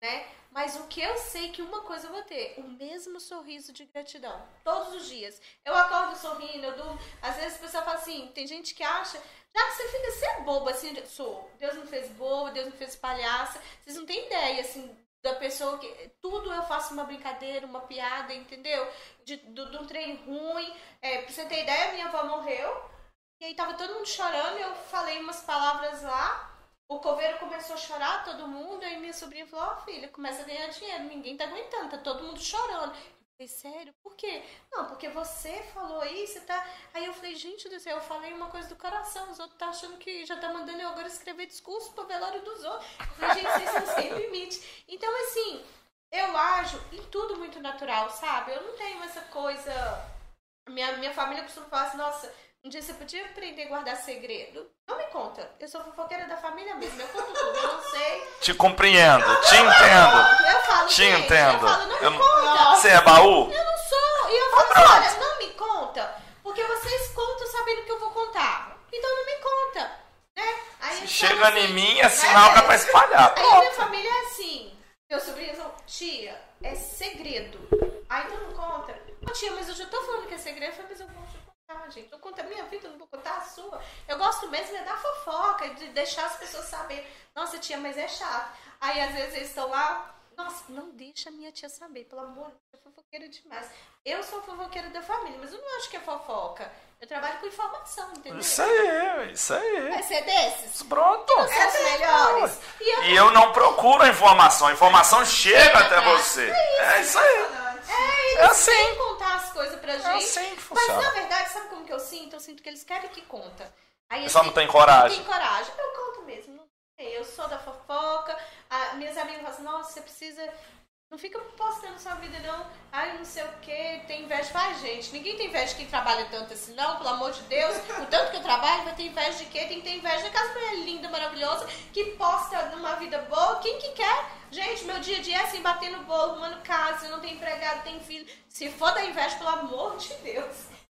né? Mas o que eu sei que uma coisa eu vou ter, o mesmo sorriso de gratidão, todos os dias. Eu acordo sorrindo, eu durmo. Às vezes a pessoa fala assim, tem gente que acha, já que você é boba, assim, sou. Deus me fez boba, Deus me fez palhaça. Vocês não têm ideia, assim, da pessoa que... Tudo eu faço uma brincadeira, uma piada, entendeu? De um trem ruim. Pra você ter ideia, minha avó morreu. E aí tava todo mundo chorando, eu falei umas palavras lá. O coveiro começou a chorar, todo mundo, aí minha sobrinha falou, ó filha, começa a ganhar dinheiro, ninguém tá aguentando, tá todo mundo chorando. Eu falei, sério? Por quê? Não, porque você falou isso, tá... Aí eu falei, gente do céu, eu falei uma coisa do coração, os outros tá achando que já tá mandando eu agora escrever discurso pro velório dos outros. Eu falei, gente, vocês não têm limite. Então, assim, eu ajo em tudo muito natural, sabe? Eu não tenho essa coisa... Minha família costuma falar assim, nossa... Um dia você podia aprender a guardar segredo. Não me conta. Eu sou fofoqueira da família mesmo. Eu conto tudo. Eu não sei. Te compreendo. Te entendo. Eu falo, te gente, entendo. Eu falo, não me conta. Você é baú? Eu não sou. E eu falo assim, olha, não me conta. Porque vocês contam sabendo que eu vou contar. Então não me conta. Né? Aí se chega assim, em mim, é sinal que é pra espalhar. Aí a minha família é assim. Meus sobrinhos são, tia, é segredo. Aí tu não conta. Ô, tia, mas eu já tô falando que é segredo. Eu falei, mas eu vou contar, gente. Eu conto a minha vida, eu não vou contar a sua. Eu gosto mesmo é da fofoca, de deixar as pessoas saberem. Nossa, tia, mas é chato. Aí, às vezes, eles estão lá. Nossa, não deixa a minha tia saber. Pelo amor de Deus, é fofoqueira demais. Eu sou fofoqueira da família, mas eu não acho que é fofoca. Eu trabalho com informação, entendeu? Isso aí, isso aí. Vai ser desses? Pronto. Não são os melhores. E eu não procuro a informação. A informação chega até você. É isso aí. Eles querem contar as coisas pra gente. É assim que funciona. Mas, na verdade, sabe como que eu sinto? Eu sinto que eles querem que conta. Aí, só não tem coragem. Não tem coragem. Eu conto mesmo. Não sei. Eu sou da fofoca. Minhas amigas falam assim, nossa, você precisa... Não fica postando sua vida, não. Ai, não sei o que, tem inveja. Vai, gente. Ninguém tem inveja de quem trabalha tanto assim, não. Pelo amor de Deus. O tanto que eu trabalho, vai ter inveja de quê? Tem que ter inveja daquelas mulheres lindas, maravilhosas, que posta numa vida boa. Quem que quer? Gente, meu dia a dia é assim, batendo bolo, arrumando casa, não tem empregado, tem filho. Se for da inveja, pelo amor de Deus.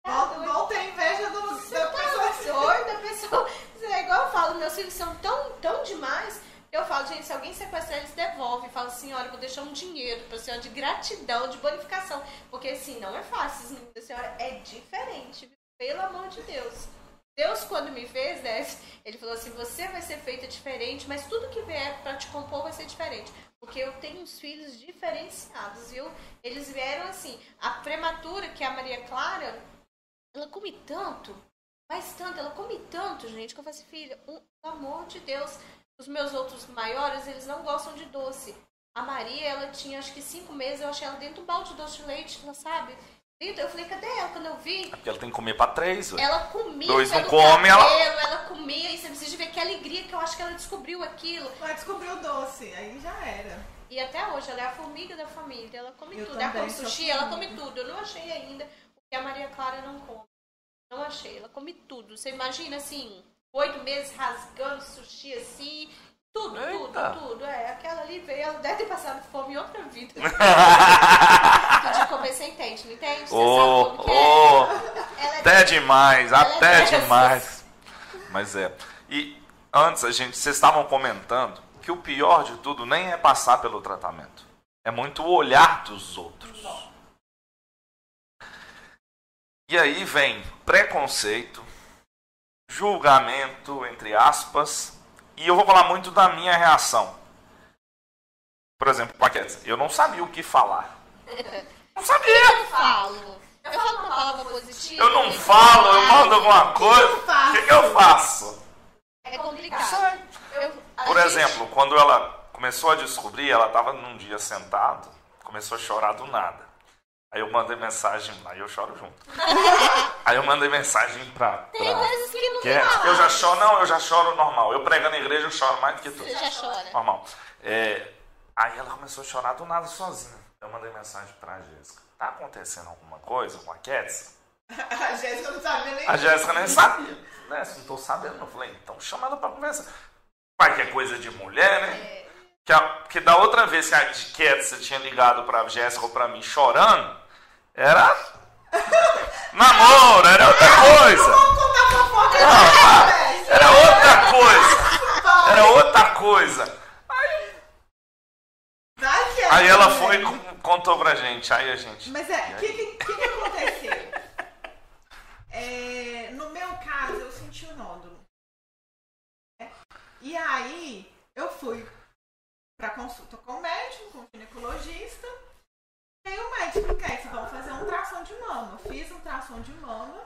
Não tem inveja da pessoa. Da pessoa. É igual eu falo, meus filhos são tão demais. Eu falo, gente, se alguém sequestrar, eles devolvem. Falo assim, olha, eu vou deixar um dinheiro pra senhora de gratidão, de bonificação. Porque assim, não é fácil. A senhora é diferente, viu? Pelo amor de Deus. Deus, quando me fez, né, ele falou assim, você vai ser feita diferente, mas tudo que vier pra te compor vai ser diferente. Porque eu tenho uns filhos diferenciados, viu? Eles vieram assim. A prematura, que é a Maria Clara, ela come tanto, mas tanto, ela come tanto, gente, que eu falei assim, filha, pelo amor de Deus... Os meus outros maiores, eles não gostam de doce. A Maria, ela tinha acho que 5 meses, eu achei ela dentro do balde de doce de leite, ela sabe? Eu falei, cadê ela? Quando eu vi... É porque ela tem que comer pra 3, ué. Ela comia 2 não pelo come, cabelo, ela comia, e você precisa ver que alegria que eu acho que ela descobriu aquilo. Ela descobriu o doce, aí já era. E até hoje, ela é a formiga da família, ela come tudo. Também, Ela come sushi, ela come tudo. Eu não achei ainda o que a Maria Clara não come. Não achei, ela come tudo. Você imagina assim, 8 meses rasgando sushi assim... Tudo. Aquela ali veio, ela deve ter passado fome em outra vida. Que de comer você entende, não entende? Você sabe como que é. Até demais, até demais. Mas é. E antes, vocês estavam comentando que o pior de tudo nem é passar pelo tratamento. É muito o olhar dos outros. E aí vem preconceito, julgamento, entre aspas... E eu vou falar muito da minha reação. Por exemplo, Paquete, eu não sabia o que falar. Não sabia. Eu falo uma palavra positiva. Eu não falo, eu mando alguma coisa. O que eu faço? É complicado. Por exemplo, quando ela começou a descobrir, ela estava num dia sentado, começou a chorar do nada. Aí eu mandei mensagem, aí eu choro junto. Aí eu mandei mensagem pra... Tem coisas que não tem falar. Eu já choro normal. Eu prego na igreja, eu choro mais do que tudo. Você já chora. Normal. Aí ela começou a chorar do nada sozinha. Eu mandei mensagem pra Jéssica. Tá acontecendo alguma coisa com a Kétia? A Jéssica não sabia nem. A Jéssica nem sabia. Né? Se não tô sabendo, eu falei, então chama ela pra conversar. Pai, que é coisa de mulher, né? Que da outra vez que a Kétia tinha ligado pra Jéssica ou pra mim chorando, era namoro, era outra coisa. Era outra coisa. Era outra coisa. Aí... contou pra gente. Aí a gente... Mas o que aconteceu? No meu caso, eu senti o nódulo. E aí, eu fui pra consulta com o médico, com o ginecologista. E aí o médico quer, vamos fazer um ultrassom de mama. Fiz um ultrassom de mama.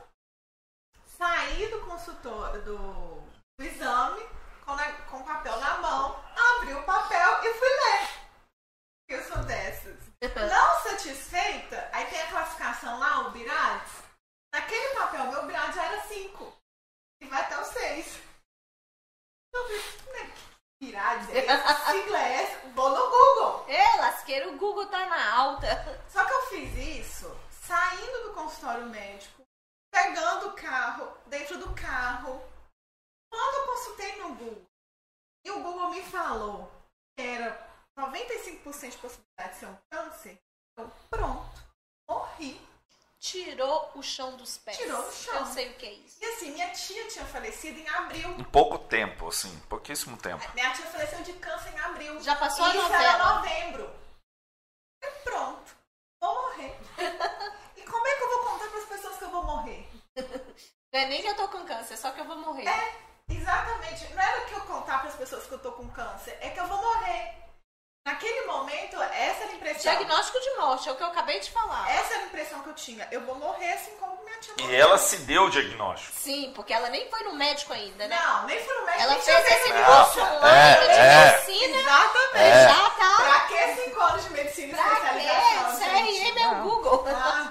Saí do consultório, do exame, com o papel na mão. Abri o papel e fui ler. Eu sou dessas. Não satisfeita, aí tem a classificação lá, o BIRADS. Naquele papel, meu BIRADS já era 5. E vai até o 6. Eu falei, BIRADS é esse? Sigla é essa? Vou no Google. Lasqueiro, o Google tá na alta. Só que eu fiz isso saindo do consultório médico, pegando o carro, dentro do carro. Quando eu consultei no Google, e o Google me falou que era 95% de possibilidade de ser um câncer, eu pronto, morri. Tirou o chão dos pés. Tirou o chão. Eu sei o que é isso. E assim, minha tia tinha falecido em abril. Em pouco tempo, assim, pouquíssimo tempo. Minha tia faleceu de câncer em abril. Já passou a novela. Isso era novembro. E pronto, vou morrer. E como é que eu vou contar para as pessoas que eu vou morrer? Não é nem que eu tô com câncer, é só que eu vou morrer. Exatamente. Não era que eu contar para as pessoas que eu tô com câncer, é que eu vou morrer. Naquele momento, essa era a impressão. Diagnóstico de morte, é o que eu acabei de falar. Essa era a impressão que eu tinha. Eu vou morrer assim como minha tia morreu. E ela se deu o diagnóstico. Sim, porque ela nem foi no médico ainda, né? Não, nem foi no médico. Ela nem fez tinha esse feito curso nada. online de medicina. Exatamente. Já tá. Pra que 5 anos de medicina Pra especialização, quê? Isso aí é meu Google.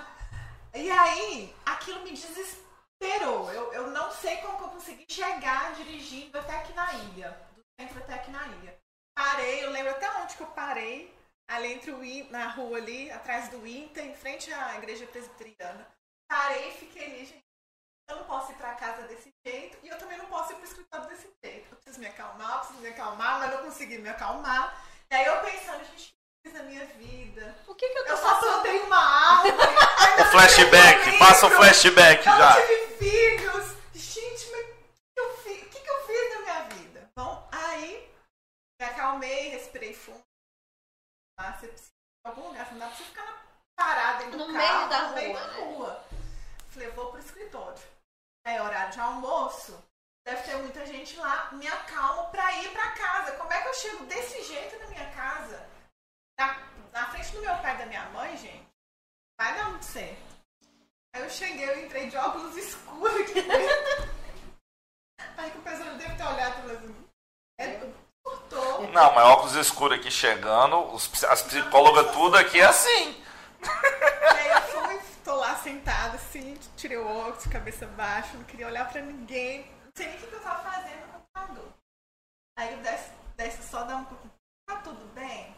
E aí, aquilo me desesperou. Eu não sei como que eu consegui chegar dirigindo até aqui na ilha. Do centro até aqui na ilha. Parei, eu lembro até onde que eu parei. Ali na rua ali, atrás do Inter, em frente à igreja presbiteriana. Parei e fiquei ali, gente. Eu não posso ir pra casa desse jeito e eu também não posso ir pro escritório desse jeito. Eu preciso me acalmar, mas não consegui me acalmar. E aí eu pensando, gente, o que eu fiz na minha vida? O que eu tô Eu só passando? plantei uma árvore. O flashback, passa o flashback eu já. Eu tive filhos. Gente, mas o que eu fiz na minha vida? Bom, aí me acalmei, respirei fundo. Você precisa ir em algum lugar, não dá pra você ficar parada dentro do No carro, meio da no meio rua, da né? rua. Falei, eu vou pro escritório. É horário de almoço. Deve ter muita gente lá. Me acalmo pra ir pra casa. Como é que eu chego desse jeito na minha casa? Na frente do meu pai e da minha mãe, gente, vai dar muito certo. Aí eu cheguei, eu entrei de óculos escuros aqui dentro. Aí que o pessoal deve ter olhado e falado assim, surtou. Não, mas óculos escuros aqui chegando, as psicólogas tudo aqui é assim. E aí eu fui, tô lá sentada assim, tirei o óculos, cabeça baixa, não queria olhar pra ninguém. Não sei nem o que eu tava fazendo no computador. Aí eu desce só dar um pouco. Tá tudo bem?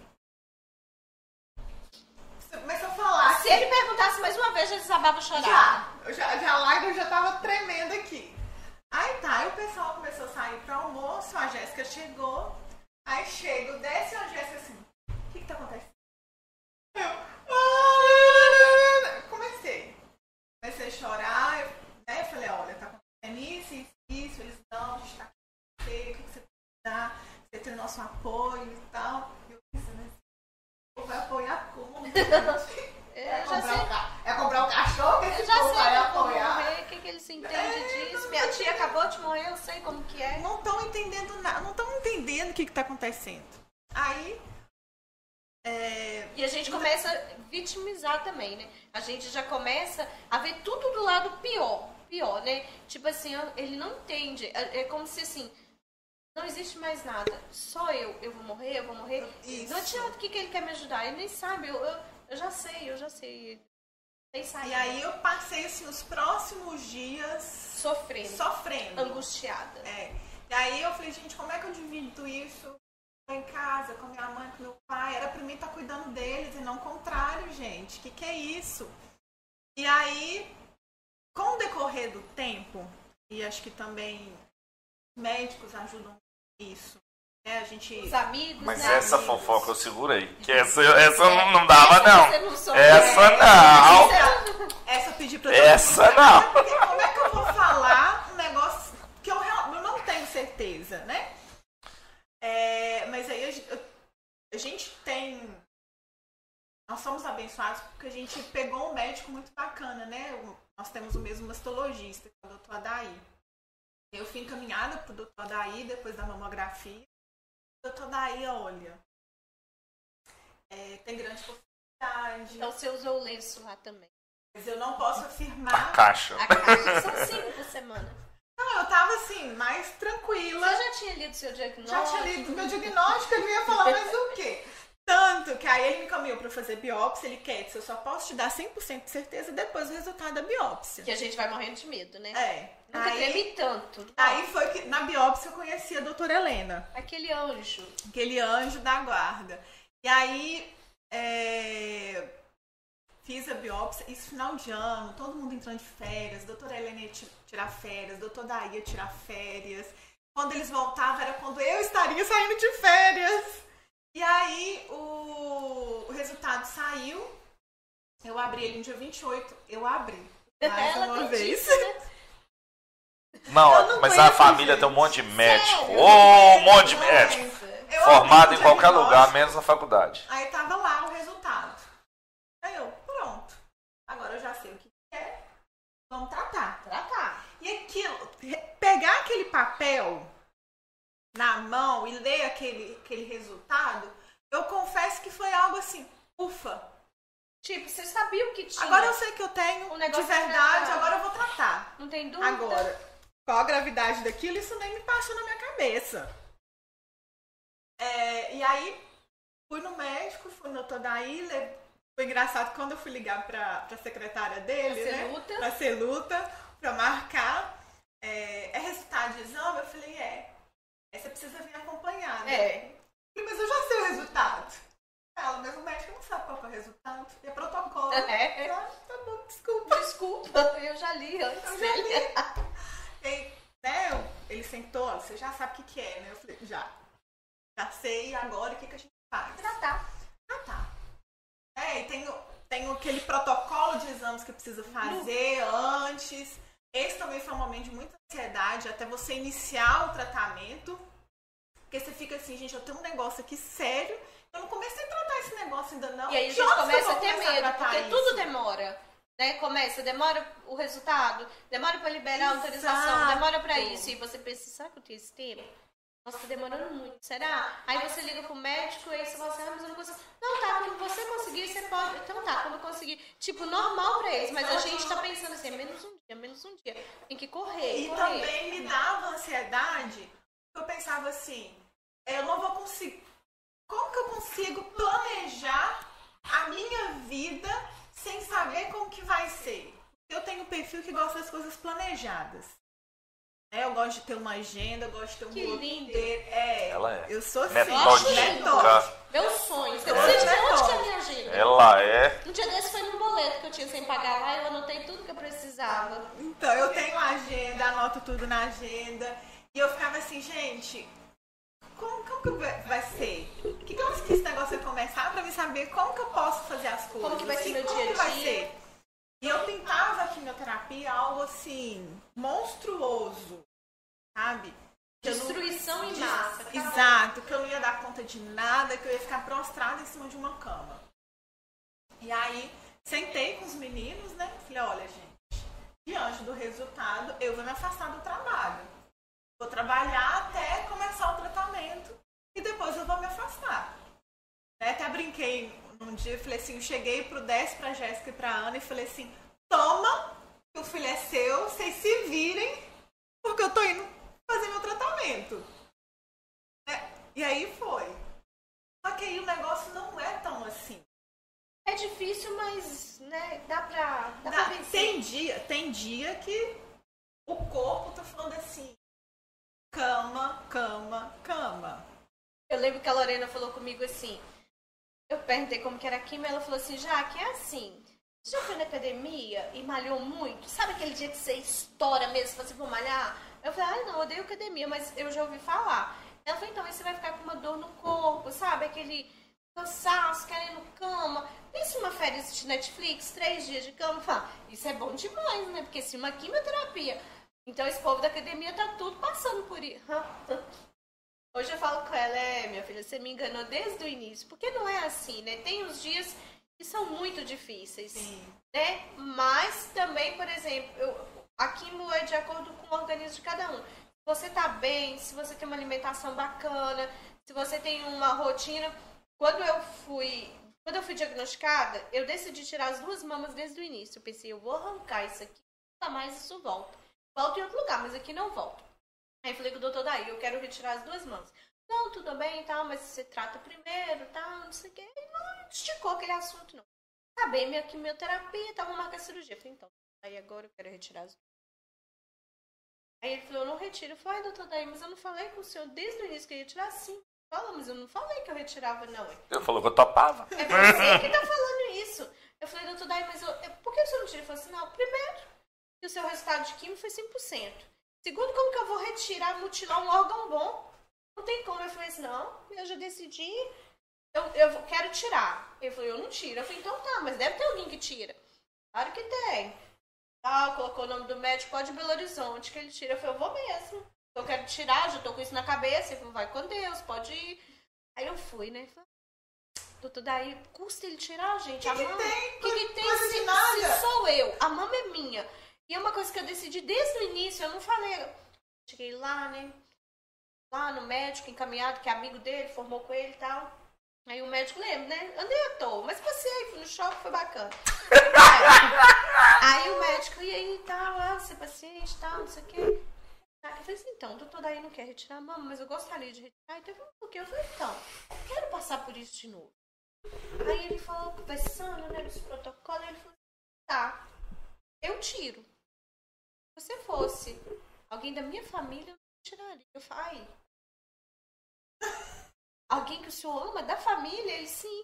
Começou a falar. Se ele perguntasse mais uma vez, eu desabava chorar. Já lá eu já tava tremendo aqui. Aí tá, aí o pessoal começou a sair pro almoço, a Jéssica chegou. Aí chego, desce a Jéssica assim, o que tá acontecendo? Comecei a chorar, né? Eu falei, olha, tá acontecendo isso, eles não, a gente tá aqui, o que você dá? Você tem o nosso apoio e tal. Eu pensei, né? Vai apoiar como? É comprar o cachorro que esse povo vai apoiar? O que ele se entende disso? Minha tia acabou de morrer, eu sei como que é. Não estão entendendo nada, não estão entendendo o que está acontecendo. Aí. E a gente começa a vitimizar também, né? A gente já começa a ver tudo do lado pior, né? Tipo assim, ele não entende. É como se assim, não existe mais nada. Só eu vou morrer. Isso. Não adianta o que ele quer me ajudar. Ele nem sabe, eu já sei. E aí eu passei assim, os próximos dias sofrendo. Angustiada. E aí eu falei, gente, como é que eu divido isso em casa, com minha mãe, com meu pai? Era pra mim estar cuidando deles e não o contrário, gente. Que é isso? E aí, com o decorrer do tempo, e acho que também médicos ajudam isso, né? A gente... Os amigos, Mas né? essa fofoca eu segurei. Que essa não dava, não. Você não soube. Essa não. Essa eu pedi pra Essa não. Porque como é que eu vou falar um negócio que eu não tenho certeza, né? Mas aí a gente tem... Nós somos abençoados porque a gente pegou um médico muito bacana, né? Nós temos o mesmo mastologista, que é o Dr. Adair. Eu fui encaminhada pro Dr. Adair depois da mamografia. O Dr. Adair, olha, tem grande possibilidade. Então você usou o lenço lá também. Mas eu não posso afirmar. A caixa. A caixa são 5 por semana. Não, eu tava assim, mais tranquila. Você já tinha lido seu diagnóstico? Já tinha lido meu diagnóstico, ele ia falar mais o quê? Tanto que aí ele me encaminhou pra fazer biópsia, ele quer que eu só posso te dar 100% de certeza depois do resultado da biópsia. Que a gente vai morrendo de medo, né? Nunca treme tanto. Aí foi que na biópsia eu conheci a doutora Helena. Aquele anjo. Aquele anjo da guarda. E aí fiz a biópsia, isso final de ano, todo mundo entrando de férias, a doutora Helena ia tirar férias, o doutor Daí ia tirar férias. Quando eles voltavam era quando eu estaria saindo de férias. E aí o resultado saiu, eu abri ele no dia 28, eu abri mais uma vez. Não, mas a família tem um monte de médico. Um monte de médico. Formado em qualquer lugar, menos na faculdade. Aí tava lá o resultado. Aí eu, pronto. Agora eu já sei o que é. Vamos tratar. E aquilo, pegar aquele papel na mão e ler aquele resultado, eu confesso que foi algo assim, ufa. Tipo, você sabia o que tinha. Agora eu sei que eu tenho de verdade, agora eu vou tratar. Não tem dúvida. Agora, qual a gravidade daquilo, isso nem me passou na minha cabeça. E aí, fui no médico, fui no Todaí, foi engraçado quando eu fui ligar pra secretária dele, pra ser luta, pra marcar. Resultado de exame? Eu falei, você precisa vir acompanhar, né? Eu falei, mas eu já sei o resultado. Ela, mas o médico não sabe qual é o resultado. É protocolo. Tá bom, Desculpa, eu já li antes. Eu já li. Ele sentou, você já sabe o que é, né? Eu falei, já sei, agora o que a gente faz? Tratar. E tenho aquele protocolo de exames que eu preciso fazer antes. Esse também foi um momento de muita ansiedade, até você iniciar o tratamento. Porque você fica assim, gente, eu tenho um negócio aqui sério, eu não comecei a tratar esse negócio ainda não. E aí a gente começa a ter medo, porque tudo demora. Né? Demora o resultado, demora pra liberar a autorização, demora pra isso. E você pensa, será que eu tenho esse tempo? Nossa, tá demorando muito, será? Aí você liga pro médico e aí você fala assim, mas eu não consigo. Não, tá, quando você conseguir, você pode. Então tá, quando eu conseguir. Tipo, normal pra eles, mas a gente tá pensando assim, menos um dia. Tem que correr. E também me dava ansiedade, eu pensava assim, eu não vou conseguir. Como que eu consigo planejar a minha vida sem saber como que vai ser? Eu tenho um perfil que gosta das coisas planejadas. Eu gosto de ter uma agenda, eu gosto de ter um roteiro. Ela é. Eu sou assim, metódica. Meus sonhos. Eu sei de onde que é a minha agenda. Ela é. Um dia desse foi num boleto que eu tinha sem pagar lá e eu anotei tudo que eu precisava. Então, eu tenho uma agenda, anoto tudo na agenda. E eu ficava assim, gente, como que vai ser? O que eu acho que esse negócio vai começar pra me saber como que eu posso fazer as coisas? Como que vai ser meu como dia que a vai dia? ser? E eu tentava a quimioterapia algo assim, monstruoso, sabe? Destruição em massa. Exato, que eu não ia dar conta de nada, que eu ia ficar prostrada em cima de uma cama. E aí, sentei com os meninos, né? Falei, olha, gente, diante do resultado, eu vou me afastar do trabalho. Vou trabalhar até começar o tratamento e depois eu vou me afastar. Até brinquei um dia, falei assim, eu cheguei pro Décio, pra Jéssica e pra Ana e falei assim, toma, que o filho é seu, vocês se virem, porque eu tô indo fazer meu tratamento. E aí foi. Só que aí o negócio não é tão assim. É difícil, mas, né, dá pra vencer. Tem dia que o corpo tá falando assim, cama. Eu lembro que a Lorena falou comigo assim, eu perguntei como que era a quimio, ela falou assim, que é assim, você já foi na academia e malhou muito? Sabe aquele dia que você estoura mesmo, você for malhar? Eu falei, não, eu odeio academia, mas eu já ouvi falar. Ela falou, então, aí você vai ficar com uma dor no corpo, sabe? Aquele cansaço, querendo cama. Pensa uma férias de Netflix, 3 dias de cama. Fala, isso é bom demais, né? Porque se uma quimioterapia... Então, esse povo da academia tá tudo passando por isso. Hoje eu falo com ela, minha filha, você me enganou desde o início. Porque não é assim, né? Tem os dias que são muito difíceis, né? Mas também, por exemplo, a quimo é de acordo com o organismo de cada um. Se você tá bem, se você tem uma alimentação bacana, se você tem uma rotina... Quando eu fui diagnosticada, eu decidi tirar as 2 mamas desde o início. Eu pensei, eu vou arrancar isso aqui, nunca mais isso volta. Volto em outro lugar, mas aqui não volto. Aí falei com o doutor daí, eu quero retirar as 2 mamas. Não, tudo bem e tal, mas você trata primeiro, tal, não sei o quê. E não esticou aquele assunto, não. Acabei minha quimioterapia, tava marcando a cirurgia. Eu falei, então, aí agora eu quero retirar as 2. Aí ele falou, eu não retiro. Eu falei, ai, doutor daí, mas eu não falei com o senhor desde o início que eu ia tirar sim. Falou, mas eu não falei que eu retirava, não. Eu falou que eu topava. É você que tá falando isso. Eu falei, doutor Dai, mas por que o senhor não tira? Ele falou assim, não, primeiro, que o seu resultado de químio foi 100%. Segundo, como que eu vou retirar, mutilar um órgão bom? Não tem como. Eu falei assim, não, eu já decidi, eu quero tirar. Ele falou, eu não tiro. Eu falei, então tá, mas deve ter alguém que tira. Claro que tem. Colocou o nome do médico, pode Belo Horizonte, que ele tira. Eu falei, eu vou mesmo. Eu quero tirar, já tô com isso na cabeça. Ele falou, vai com Deus, pode ir. Aí eu fui, né? Falei, doutor, daí custa ele tirar, gente? O que tem? Se sou eu, a mama é minha. E é uma coisa que eu decidi desde o início, eu não falei. Cheguei lá, né? Lá no médico, encaminhado, que é amigo dele, formou com ele e tal. Aí o médico lembra, né? Andei à toa, mas passei, fui no shopping, foi bacana. Aí o médico, e aí tal, você é paciente e tal, não sei o quê. Eu falei assim, então, o doutor daí não quer retirar a mama, mas eu gostaria de retirar. Então, por quê? Eu falei, então, quero passar por isso de novo. Aí ele falou, conversando, né, nos protocolos, ele falou, tá, eu tiro. Se você fosse alguém da minha família, eu não tiraria. Eu falei, alguém que o senhor ama, da família? Ele, sim.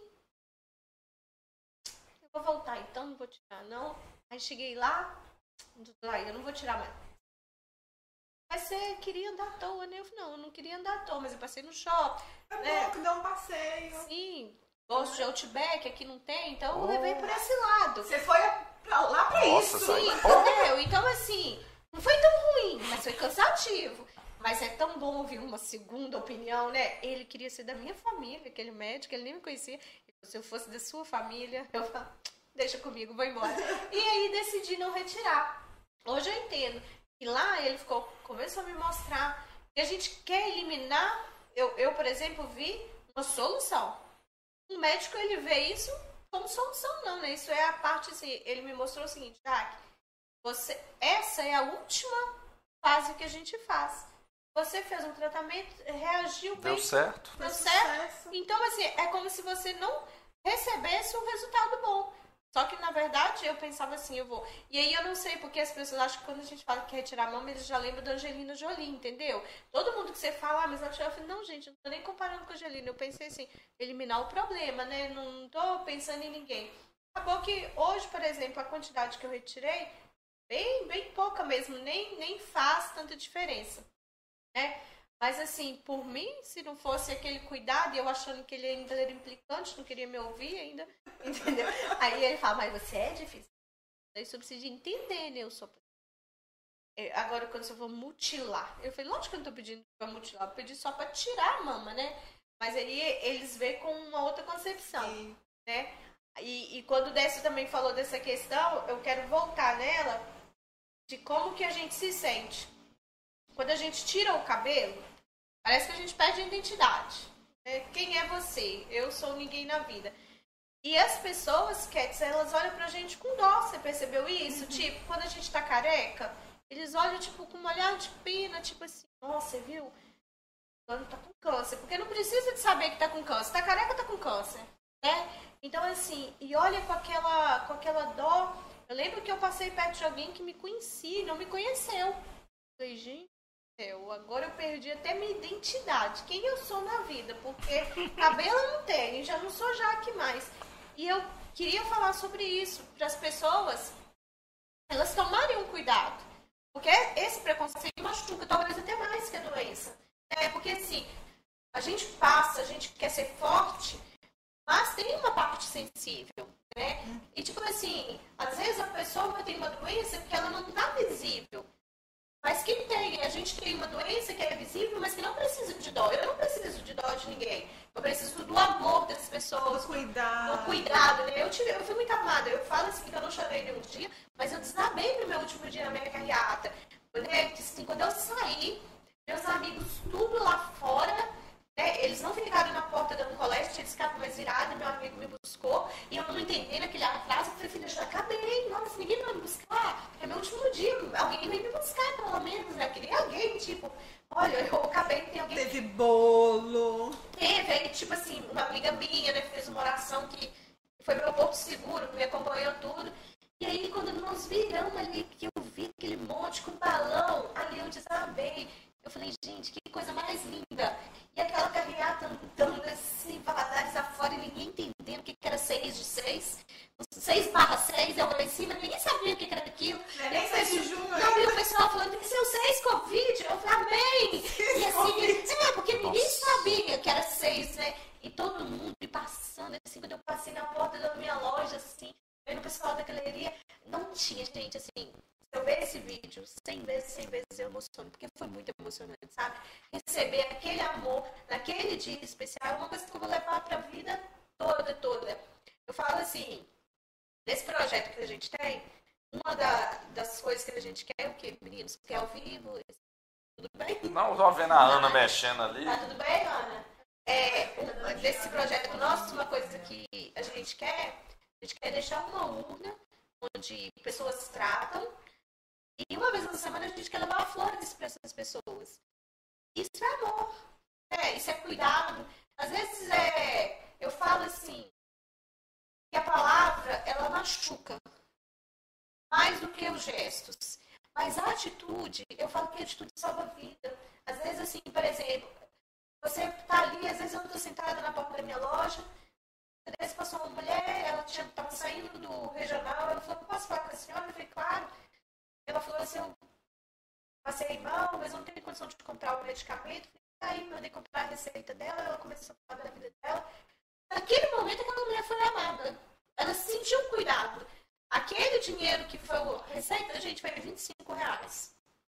Eu vou voltar, então, não vou tirar, não. Aí cheguei lá, eu não vou tirar mais. Mas você queria andar à toa, né? Eu falei, não, eu não queria andar à toa, mas eu passei no shopping. É bom que dá um passeio. Sim, gosto de Outback, aqui não tem, então eu levei por esse lado. Você foi lá pra Nossa, isso. Sim, entendeu? Então, assim, não foi tão ruim, mas foi cansativo. Mas é tão bom ouvir uma segunda opinião, né? Ele queria ser da minha família, aquele médico, ele nem me conhecia. Ele falou, se eu fosse da sua família, eu falei, deixa comigo, vou embora. E aí decidi não retirar. Hoje eu entendo. E lá ele começou a me mostrar que a gente quer eliminar. Eu, por exemplo, vi uma solução. Um médico, ele vê isso como solução, não, né? Isso é a parte, assim, ele me mostrou o seguinte, Jaque, essa é a última fase que a gente faz. Você fez um tratamento, reagiu bem. Deu certo. Deu certo. Então, assim, é como se você não recebesse um resultado bom. Só que, na verdade, eu pensava assim, eu vou... E aí eu não sei, porque as pessoas acham que quando a gente fala que quer retirar a mama, eles já lembram da Angelina Jolie, entendeu? Todo mundo que você fala, mas eu falei, não, gente, eu não tô nem comparando com a Angelina. Eu pensei assim, eliminar o problema, né? Não tô pensando em ninguém. Acabou que hoje, por exemplo, a quantidade que eu retirei, bem pouca mesmo, nem faz tanta diferença, né? Mas assim, por mim, se não fosse aquele cuidado, e eu achando que ele ainda era implicante, não queria me ouvir ainda, entendeu? Aí ele fala, mas você é difícil. Daí você precisa entender, né? Eu sou... Agora, quando eu vou mutilar, eu falei, lógico que eu não tô pedindo pra mutilar, eu pedi só pra tirar a mama, né? Mas aí eles veem com uma outra concepção, né? E quando o Décio também falou dessa questão, eu quero voltar nela, de como que a gente se sente. Quando a gente tira o cabelo, parece que a gente perde a identidade. Né? Quem é você? Eu sou ninguém na vida. E as pessoas, Cats, elas olham pra gente com dó. Você percebeu isso? Uhum. Tipo, quando a gente tá careca, eles olham tipo com um olhar de pena, tipo assim, nossa, viu? Fulano tá com câncer. Porque não precisa de saber que tá com câncer. Tá careca, tá com câncer. Né? Então, assim, e olha com aquela dó. Eu lembro que eu passei perto de alguém que me conhecia, não me conheceu. Eu falei, gente, agora eu perdi até minha identidade. Quem eu sou na vida? Porque cabelo eu não tenho, já não sou Jaque mais. E eu queria falar sobre isso para as pessoas, elas tomarem um cuidado. Porque esse preconceito machuca, talvez até mais que a doença. Porque assim, a gente passa, a gente quer ser forte, mas tem uma parte sensível, né? E tipo assim, às vezes a pessoa tem uma doença que ela não tá visível. Mas quem tem, a gente tem uma doença que é visível, mas que não precisa de dó. Eu não preciso de dó de ninguém. Eu preciso do amor das pessoas. Do cuidado, né? Eu fui muito amada. Eu falo assim que eu não chorei nenhum dia, mas eu desabei no meu último dia na minha carreata. Né? Assim, quando eu saí, meus amigos tudo lá fora, né? Eles não ficaram na porta dando colégio, eles ficaram mais virados, meu amigo me buscou, e eu não entendendo aquele atraso, eu falei, filha, eu já acabei, nossa, ninguém vai me buscar, é meu último dia, alguém vem me buscar, pelo menos, né? Eu queria alguém, tipo, olha, eu acabei de ter alguém. Teve bolo. Teve, aí, tipo assim, uma amiga minha, né, fez uma oração que foi meu porto seguro, que me acompanhou tudo. E aí, quando nós viramos ali, que eu vi aquele monte com balão, ali eu desabei. Eu falei, gente, que coisa mais linda. E aquela carreata andando assim, Valadares afora, e ninguém entendendo o que era 6 de 6. 6/6, eu lá em cima, ninguém sabia o que era aquilo. Nem 6 de junho. Não, e o pessoal falando, tem que ser o 6 Covid. Eu falei, amém. E assim, porque ninguém sabia que era 6, né? E todo mundo passando, assim, quando eu passei na porta da minha loja, assim, vendo o pessoal da galeria, não tinha, gente, assim, se eu ver esse vídeo 100 vezes eu emociono, porque foi muito emocionante, sabe? Receber aquele amor naquele dia especial é uma coisa que eu vou levar pra vida toda. Eu falo assim, nesse projeto que a gente tem, uma das coisas que a gente quer, o que, meninos? Quer ao vivo? Tudo bem? Não, só vendo a Ana mexendo ali. Tá tudo bem, Ana? Desse projeto nosso, uma coisa que a gente quer deixar uma urna onde pessoas tratam, e uma vez na semana a gente quer levar flores para essas pessoas. Isso é amor, isso é cuidado. Às vezes eu falo assim, que a palavra, ela machuca mais do que os gestos. Mas a atitude, eu falo que a atitude salva a vida. Às vezes, assim, por exemplo, você está ali, às vezes eu estou sentada na porta da minha loja, às vezes passou uma mulher, ela estava saindo do regional, ela falou, posso falar com a senhora? Eu falei, claro. Ela falou assim, eu passei mal, mas eu não tenho condição de comprar o medicamento. Aí eu mandei comprar a receita dela, ela começou a falar da vida dela. Naquele momento, aquela mulher foi amada. Ela sentiu cuidado. Aquele dinheiro que foi a receita, gente, foi R$25.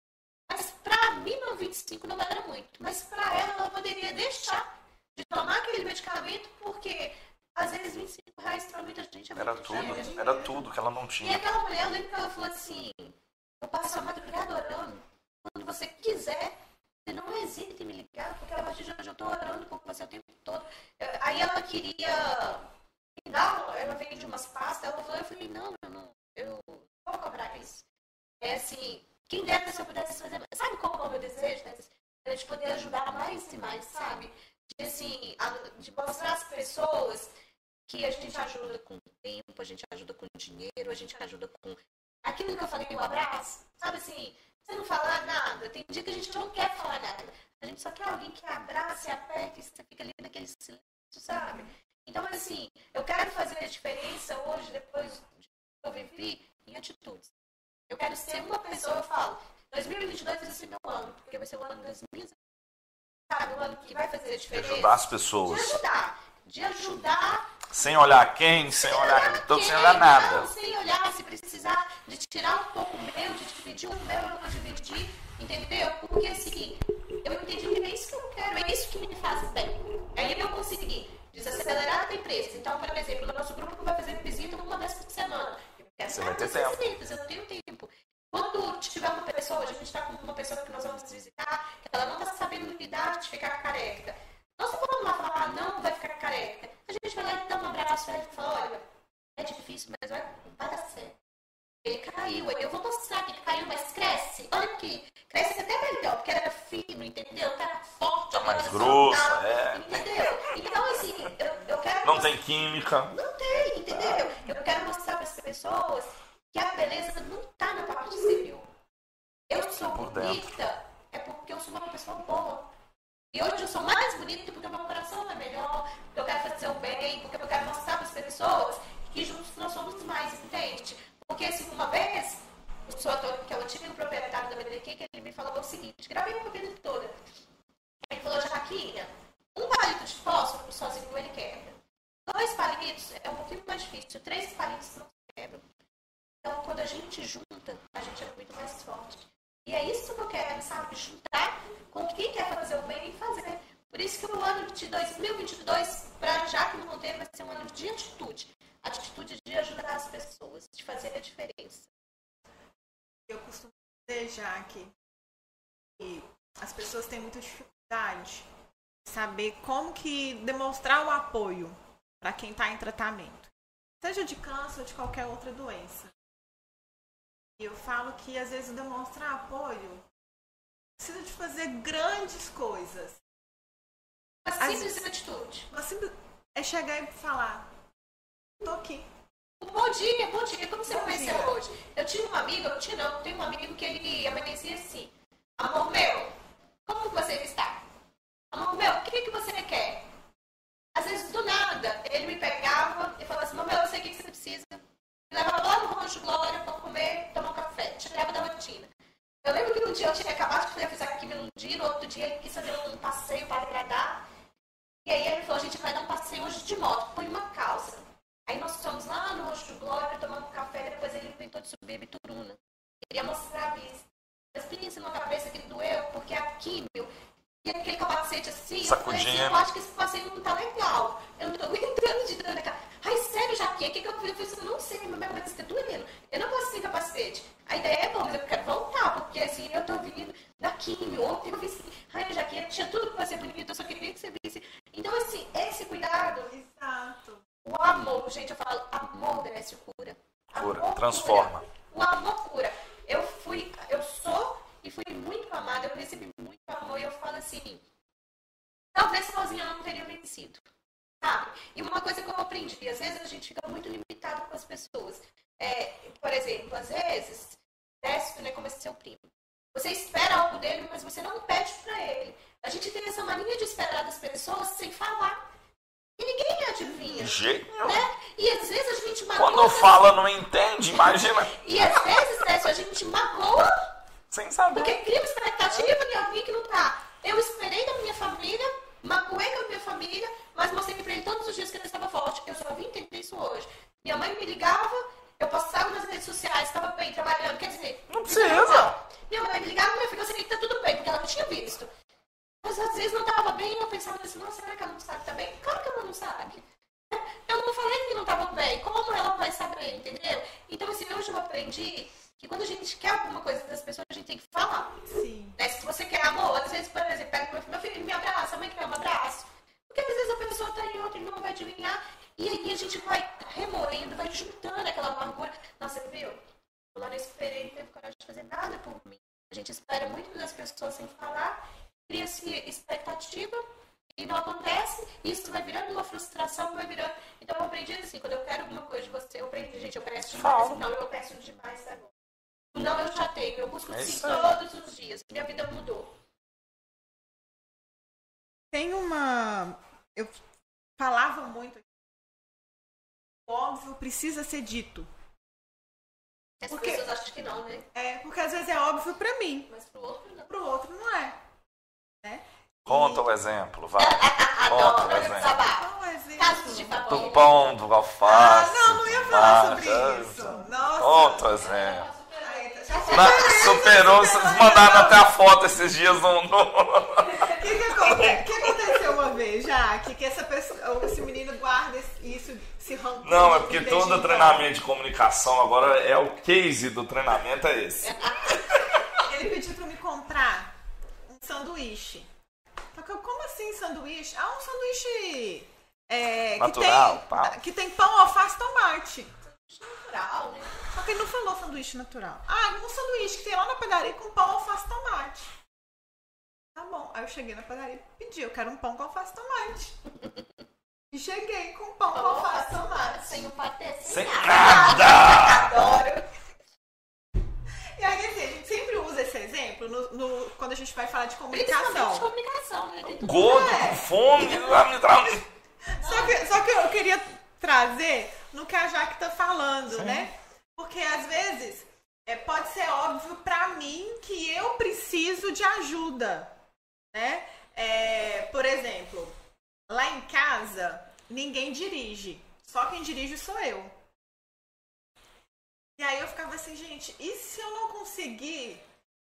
Mas pra mim, não, 25 não era muito. Mas pra ela poderia deixar de tomar aquele medicamento, porque às vezes R$25 pra muita gente é muito. Era tudo que ela não tinha. E aquela mulher, eu lembro que ela falou assim, eu passo a madrugada orando. Quando você quiser, você não hesite em me ligar, porque a partir de hoje eu tô orando por você o tempo todo. Aí ela queria me dar, ela veio de umas pastas, ela falou, eu falei, não, eu vou cobrar isso. É assim, quem dera se eu pudesse fazer, sabe qual é o meu desejo? Né? De poder ajudar mais e mais, sabe? De, assim, de mostrar às pessoas que a gente ajuda com tempo, a gente ajuda com dinheiro, a gente ajuda com aquilo que eu falei, o abraço, sabe assim, você não fala nada, tem dia que a gente não quer falar nada, a gente só quer alguém que abraça e aperta e você fica ali naquele silêncio, sabe? Então, assim, eu quero fazer a diferença hoje, depois de que eu vivi, em atitudes. Eu quero ser uma pessoa, eu falo, 2022 vai ser meu ano, porque vai ser o ano das minhas, sabe? O ano que vai fazer a diferença. De ajudar as pessoas. De ajudar. Sem olhar quem, sem olhar nada. Não, sem olhar, se precisar de tirar um pouco meu, de dividir o meu, eu vou dividir, entendeu? Porque assim, eu entendi que é isso que eu quero, é isso que me faz bem. Aí eu consegui desacelerar a empresa. Então, por exemplo, o nosso grupo vai fazer visita uma vez por semana. Você vai ter tempo. Eu tenho tempo. Quando tiver uma pessoa, a gente está com uma pessoa que nós vamos visitar, que ela não está sabendo lidar de ficar careca. Nós não vamos lá falar, não, vai ficar careca. A gente vai lá e dá um abraço para ele e fala, olha, é difícil, mas vai dar certo. Ele caiu, eu vou mostrar que ele caiu, mas cresce. Olha aqui, cresce até melhor, porque era fino, entendeu? Era forte. Tá mais grosso, entendeu? Então, assim, eu quero... Não tem química. Não tem, entendeu? Eu quero mostrar para as pessoas que a beleza não está na parte exterior. Eu sou bonita, é porque eu sou uma pessoa boa. E hoje eu sou mais bonita porque o meu coração é melhor, porque eu quero fazer o bem, porque eu quero mostrar para as pessoas que juntos nós somos mais, entende? Porque assim, uma vez, o senhor que é o antigo proprietário da BDQ, que ele me falou o seguinte, gravei uma vida toda. Ele falou, Jaquinha, um palito de fósforo sozinho ele quebra. 2 palitos é um pouquinho mais difícil, 3 palitos não quebram. Então, quando a gente junta, a gente é muito mais forte. E é isso que eu quero, sabe? Juntar com quem quer fazer o bem e fazer. Por isso que o ano de 2022, para Jaque Monteiro, vai ser um ano de atitude. Atitude de ajudar as pessoas, de fazer a diferença. Eu costumo dizer, Jaque, que as pessoas têm muita dificuldade de saber como que demonstrar o apoio para quem está em tratamento. Seja de câncer ou de qualquer outra doença. E eu falo que, às vezes, demonstrar apoio precisa de fazer grandes coisas. Uma simples atitude. É chegar e falar, tô aqui. Bom dia, como você conheceu hoje? Eu tenho um amigo que ele amanhecia assim, amor meu, como você está? Amor meu, o que você quer? Às vezes, do nada, ele me pegava e falava assim, amor meu, eu sei o que você precisa. Me levava lá no Rancho Glória pra comer, tomar um café, tirava da rotina. Eu lembro que um dia eu tinha acabado de fazer a quimio num dia, no outro dia ele quis fazer um passeio para agradar. E aí ele falou, a gente vai dar um passeio hoje de moto, põe uma calça. Aí nós fomos lá no Rancho Glória, tomando café, depois ele inventou de subir a Bituruna. Queria mostrar a vista. Mas pensa numa cabeça que doeu, porque a químio, e aquele capacete assim, sacudindo. Eu acho que esse passeio não tá legal. Eu não tô aguentando de dor na cara. Ai, sério, Jaquinha, o que eu fiz? Eu falei assim, não sei, meu cabeça tá doendo. Eu não posso sem capacete. A ideia é boa, mas eu quero voltar, porque assim, eu tô vindo da químio. Ontem eu vi assim, ai, Jaquinha, tinha tudo pra ser bonito, eu só queria que você visse. Então, assim, esse cuidado. Exato. O amor, gente, eu falo, amor merece cura. Cura, transforma. Cura. O amor cura. Eu sou e fui muito amada, eu recebi muito amor e eu falo assim, talvez sozinha eu não teria vencido, sabe? E uma coisa que eu aprendi, às vezes a gente fica muito limitado com as pessoas. Por exemplo, às vezes, desce, né, como esse seu primo. Você espera algo dele, mas você não pede pra ele. A gente tem essa mania de esperar das pessoas sem falar. E ninguém adivinha. Jeito nenhum. Né? E às vezes a gente magoa. Quando fala, não entende, imagina. E às vezes, a gente magoa. Sem saber. Porque cria uma expectativa de alguém que não tá. Eu esperei da minha família, magoei com a minha família, mas mostrei pra ele todos os dias que ele estava forte. Eu só vim entender isso hoje. Minha mãe me ligava, eu postava nas redes sociais, estava bem, trabalhando. Quer dizer, não precisa. Minha mãe me ligava, minha filha, eu sei que tá tudo bem, porque ela não tinha visto. Mas às vezes não estava bem e eu pensava assim, nossa, será que ela não sabe que tá bem? Claro que ela não sabe. Eu não falei que não estava bem. Como ela vai saber, entendeu? Então, assim, hoje eu aprendi que quando a gente quer alguma coisa das pessoas, a gente tem que falar. Sim. Né? Se você quer amor, às vezes, por exemplo, pega meu filho, me abraça, a mãe quer um abraço. Porque às vezes a pessoa está em outra e não vai adivinhar. E aí a gente vai remoendo, vai juntando aquela amargura. Nossa, viu? Eu não esperei, não teve coragem de fazer nada por mim. A gente espera muito das pessoas sem falar. Cria-se expectativa e não acontece, isso vai virando uma frustração, vai virando. Então eu aprendi assim, quando eu quero alguma coisa de você, eu aprendi, gente, eu peço demais, não, eu peço demais agora. Não, eu já tenho, eu busco sim todos os dias, minha vida mudou. Tem uma. Eu falava muito. O óbvio precisa ser dito. As pessoas acham que não, né? Porque às vezes é óbvio pra mim. Mas pro outro não. Pro outro não é. Né? Conta o exemplo, vai. Conta o exemplo. Casos de família. Do pão, do alface. Não ia falar sobre isso. Nossa. Conta o exemplo. Superou, vocês mandaram até a foto esses dias no... O que aconteceu uma vez, já? Que esse menino guarda isso, se rancor. Não, é porque todo treinamento de comunicação agora é o case do treinamento, é esse. Ele pediu pra me comprar um sanduíche. Como assim sanduíche? Um sanduíche natural, que tem pão, alface e tomate. Natural, né? Só que ele não falou sanduíche natural. Um sanduíche que tem lá na padaria com pão, alface e tomate. Tá bom. Aí eu cheguei na padaria e pedi, eu quero um pão com alface e tomate. E cheguei com pão com alface e tomate. Sem o patê, sem nada! Adoro! E aí, assim, a gente sempre usa esse exemplo quando a gente vai falar de comunicação. Principalmente de comunicação, né? Gordo, com fome, Só que eu queria trazer no que a Jaque tá falando, né? Porque às vezes pode ser óbvio pra mim que eu preciso de ajuda, né? Por exemplo, lá em casa ninguém dirige, só quem dirige sou eu. E aí eu ficava assim, gente, e se eu não conseguir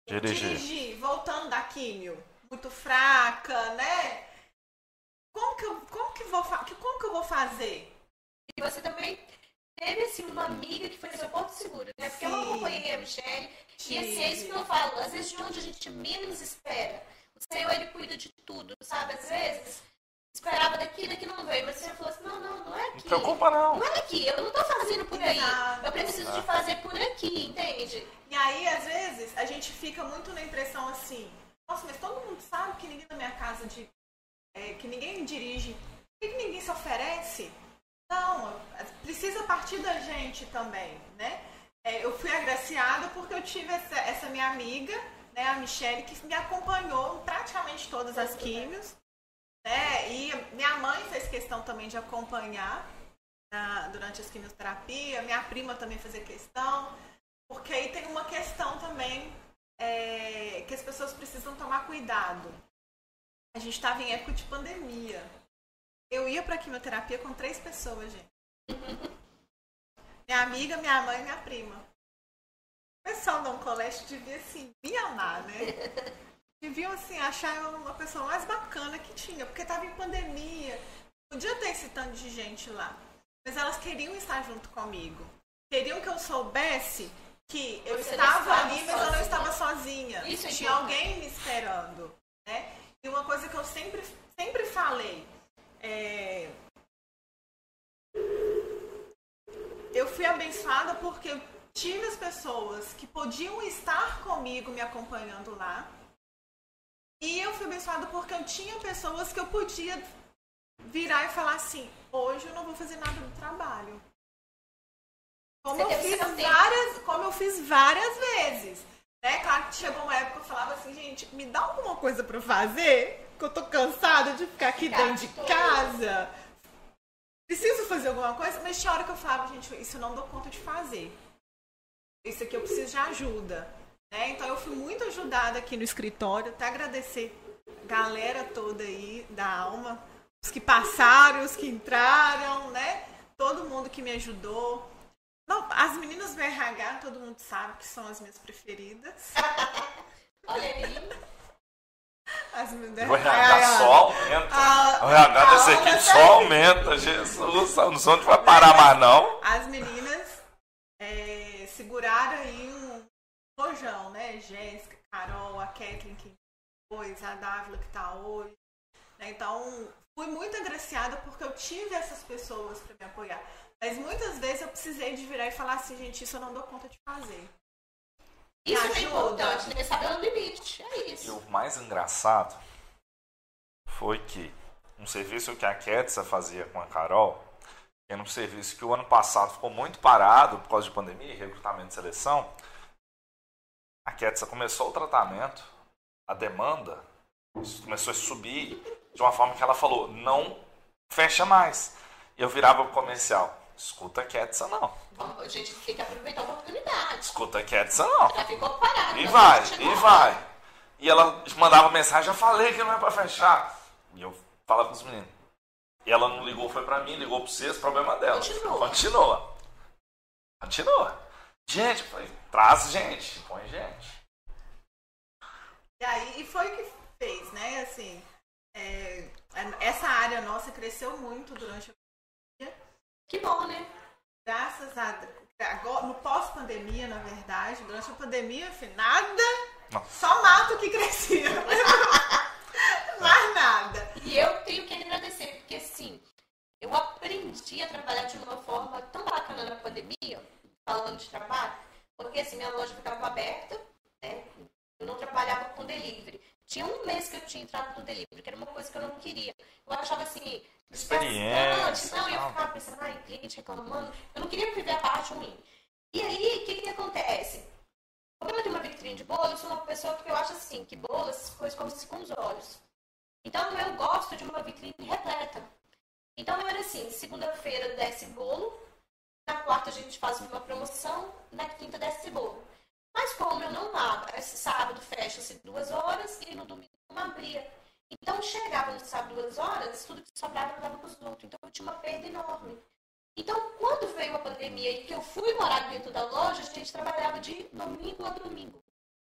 dirigir, voltando da químio, muito fraca, né? Como que eu vou fazer? E você também teve, assim, uma amiga que foi seu porto seguro, né? Porque eu acompanhei a Michelle, e assim, é isso que eu falo. Às vezes, de onde a gente menos espera, o Senhor, ele cuida de tudo, sabe? Às vezes, esperava daqui não veio. Mas o Senhor falou assim, não é aqui. Não preocupa, não. Não é aqui, eu não tô fazendo por aí. Exato. Eu preciso de fazer por aqui, entende? E aí, às vezes, a gente fica muito na impressão assim, nossa, mas todo mundo sabe que ninguém na minha casa, que ninguém dirige, por que ninguém se oferece? Não, precisa partir da gente também, né? Eu fui agraciada porque eu tive essa minha amiga, né, a Michelle, que me acompanhou em praticamente todas as químios, né? E minha mãe fez questão também de acompanhar durante as quimioterapias, minha prima também fazia questão, porque aí tem uma questão também que as pessoas precisam tomar cuidado. A gente estava em época de pandemia. Eu ia para quimioterapia com 3 pessoas, gente. Minha amiga, minha mãe e minha prima. O pessoal do colégio devia, assim, me amar, né? Deviam, assim, achar eu uma pessoa mais bacana que tinha, porque estava em pandemia. Podia ter esse tanto de gente lá. Mas elas queriam estar junto comigo. Queriam que eu soubesse que eu estava ali, mas eu não estava sozinha. Tinha alguém me esperando, né? E uma coisa que eu sempre falei, eu fui abençoada porque eu tive as pessoas que podiam estar comigo me acompanhando lá. E eu fui abençoada porque eu tinha pessoas que eu podia virar e falar assim, hoje eu não vou fazer nada do trabalho. Como eu fiz várias vezes. Né? Claro que chegou uma época que eu falava assim, gente, me dá alguma coisa pra eu fazer, que eu tô cansada de ficar aqui dentro de casa. Preciso fazer alguma coisa, mas tinha hora que eu falava, gente, isso eu não dou conta de fazer. Isso aqui eu preciso de ajuda. Né? Então eu fui muito ajudada aqui no escritório, até agradecer a galera toda aí da Alma, os que passaram, os que entraram, né? Todo mundo que me ajudou. Não, as meninas do RH, todo mundo sabe que são as minhas preferidas. Olha aí. As meninas o RH só aumenta. O RH desse aqui só aumenta, Jesus. Não sei onde vai parar mais, não. As meninas seguraram aí um rojão, né? Jéssica, Carol, a Kathleen que depois, a Dávila que tá hoje. Né? Então, fui muito agraciada porque eu tive essas pessoas para me apoiar. Mas muitas vezes eu precisei de virar e falar assim, gente, isso eu não dou conta de fazer. Isso é importante, né? Saber o limite. É isso. E o mais engraçado foi que um serviço que a Ketsa fazia com a Carol, era um serviço que o ano passado ficou muito parado por causa de pandemia e recrutamento e seleção. A Ketsa começou o tratamento, a demanda começou a subir de uma forma que ela falou, não fecha mais. E eu virava pro comercial, escuta a Ketsa não. A gente tem que aproveitar a oportunidade. Escuta a Ketsa não. Já ficou parado. E vai. E ela mandava mensagem, já falei que não é pra fechar. E eu falava com os meninos. E ela não ligou, foi pra mim, ligou pra vocês, problema dela. Continua. Gente, traz gente, põe gente. E aí, foi o que fez, né? Assim, essa área nossa cresceu muito durante a pandemia. Que bom, né? Graças agora, no pós-pandemia, na verdade, durante a pandemia, nada, só mato que crescia. Mais nada. E eu tenho que agradecer, porque assim, eu aprendi a trabalhar de uma forma tão bacana na pandemia, falando de trabalho, porque assim, minha loja ficava aberta, né? Eu não trabalhava com delivery. Tinha um mês que eu tinha entrado no delivery, que era uma coisa que eu não queria. Eu achava assim, experiência. Não, eu ficava pensando, cliente reclamando. Eu não queria viver a parte ruim. E aí, o que acontece? Como eu tenho uma vitrine de bolo, eu sou uma pessoa que eu acho assim, que bolo, essas coisas como se com os olhos. Então, eu gosto de uma vitrine repleta. Então, eu era assim, segunda-feira desce bolo, na quarta a gente faz uma promoção, na quinta desce bolo. Mas como eu não abro, esse sábado fecha-se 2 horas e no domingo não abria. Então, chegava no sábado 2 horas, tudo que sobrava eu dava para os outros. Então, eu tinha uma perda enorme. Então, quando veio a pandemia e que eu fui morar dentro da loja, a gente trabalhava de domingo a domingo.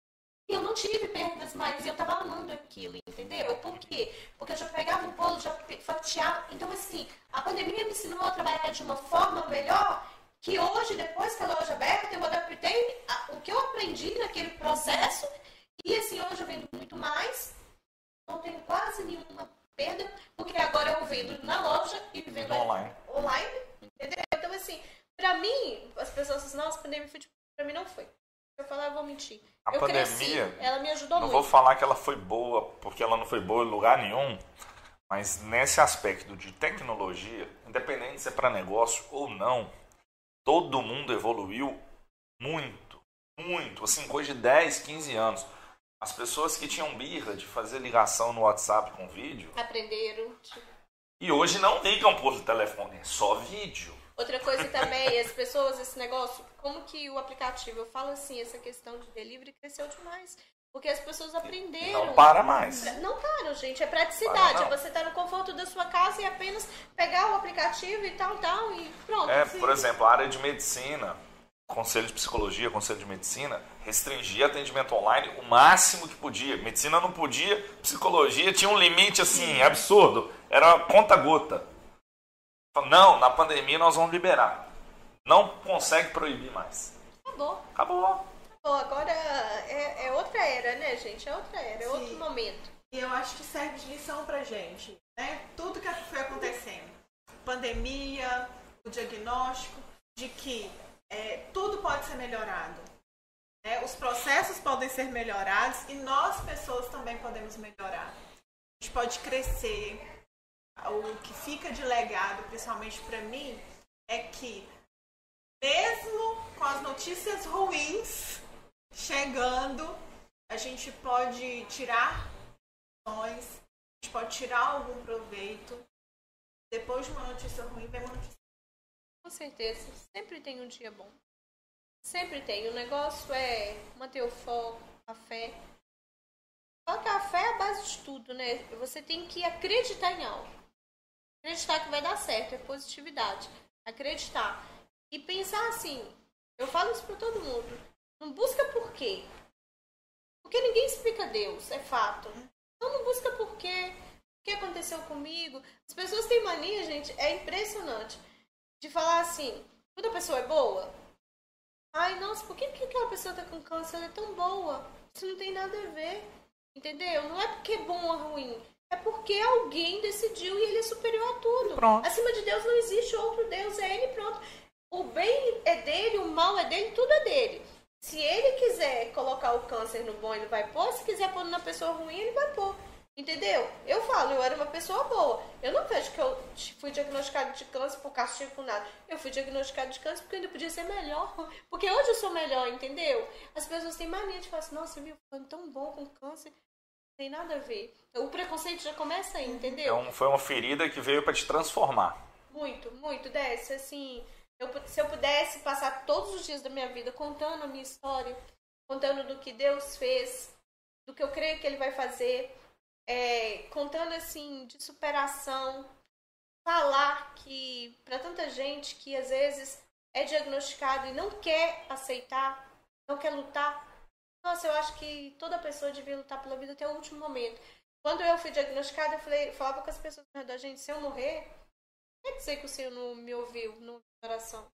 E eu não tive perdas, mas eu tava amando aquilo, entendeu? Por quê? Porque eu já pegava o bolo, já fatiava. Então, assim, a pandemia me ensinou a trabalhar de uma forma melhor, que hoje, depois que a loja aberta, eu adaptei o que eu aprendi naquele processo. E, assim, hoje eu vendo muito mais. Não tenho quase nenhuma perda, porque agora eu vendo na loja e vendo online, entendeu? Então, assim, pra mim, as pessoas dizem, nossa, a pandemia foi tipo, pra mim não foi. Eu falar, eu vou mentir. A pandemia, ela me ajudou não muito. vou falar que ela foi boa, porque ela não foi boa em lugar nenhum, mas nesse aspecto de tecnologia, independente se é para negócio ou não, todo mundo evoluiu muito, muito, assim, coisa de 10, 15 anos. As pessoas que tinham birra de fazer ligação no WhatsApp com vídeo, aprenderam. E hoje não ligam por telefone, é só vídeo. Outra coisa também, as pessoas, esse negócio, como que o aplicativo, eu falo assim, essa questão de delivery cresceu demais. Porque as pessoas aprenderam. Não para mais. Não param, gente. É praticidade. É você estar no conforto da sua casa e apenas pegar o aplicativo e tal, e pronto. Por exemplo, a área de medicina, conselho de psicologia, conselho de medicina, restringia atendimento online o máximo que podia. Medicina não podia, psicologia tinha um limite assim, absurdo. Era conta-gota. Não, na pandemia nós vamos liberar. Não consegue proibir mais. Acabou. Agora é outra era, né, gente? É outra era, é outro momento. E eu acho que serve de lição pra gente, né? Tudo que foi acontecendo. Pandemia, o diagnóstico, de que tudo pode ser melhorado. Né? Os processos podem ser melhorados e nós, pessoas, também podemos melhorar. A gente pode crescer. O que fica de legado, principalmente para mim, é que mesmo com as notícias ruins chegando, a gente pode tirar lições, a gente pode tirar algum proveito. Depois de uma notícia ruim, vem uma notícia. Com certeza. Sempre tem um dia bom. Sempre tem. O negócio é manter o foco, a fé. Só que a fé é a base de tudo, né? Você tem que acreditar em algo. Acreditar que vai dar certo, é positividade. Acreditar. E pensar assim, eu falo isso pra todo mundo. Não busca por quê. Porque ninguém explica Deus, é fato. Então não busca por quê. O que aconteceu comigo. As pessoas têm mania, gente, é impressionante. De falar assim, quando a pessoa é boa. Ai, nossa, por que aquela pessoa tá com câncer? Ela é tão boa. Isso não tem nada a ver. Entendeu? Não é porque é bom ou ruim. É porque alguém decidiu e ele é superior a tudo. Pronto. Acima de Deus não existe outro Deus, é ele, pronto. O bem é dele, o mal é dele, tudo é dele. Se ele quiser colocar o câncer no bom, ele vai pôr. Se quiser pôr na pessoa ruim, ele vai pôr. Entendeu? Eu falo, eu era uma pessoa boa. Eu não vejo que eu fui diagnosticada de câncer por castigo com nada. Eu fui diagnosticada de câncer porque eu ainda podia ser melhor. Porque hoje eu sou melhor, entendeu? As pessoas têm mania de falar assim, nossa, viu, foi tão bom com câncer. Tem nada a ver. O preconceito já começa aí, entendeu? Foi uma ferida que veio para te transformar. Muito, muito. Desce, assim... se eu pudesse passar todos os dias da minha vida contando a minha história, contando do que Deus fez, do que eu creio que Ele vai fazer, contando, assim, de superação, falar que, para tanta gente que às vezes é diagnosticado e não quer aceitar, não quer lutar. Nossa, eu acho que toda pessoa devia lutar pela vida até o último momento. Quando eu fui diagnosticada, eu falava com as pessoas da gente, se eu morrer, não quer dizer que o Senhor não me ouviu, não ouviu a oração.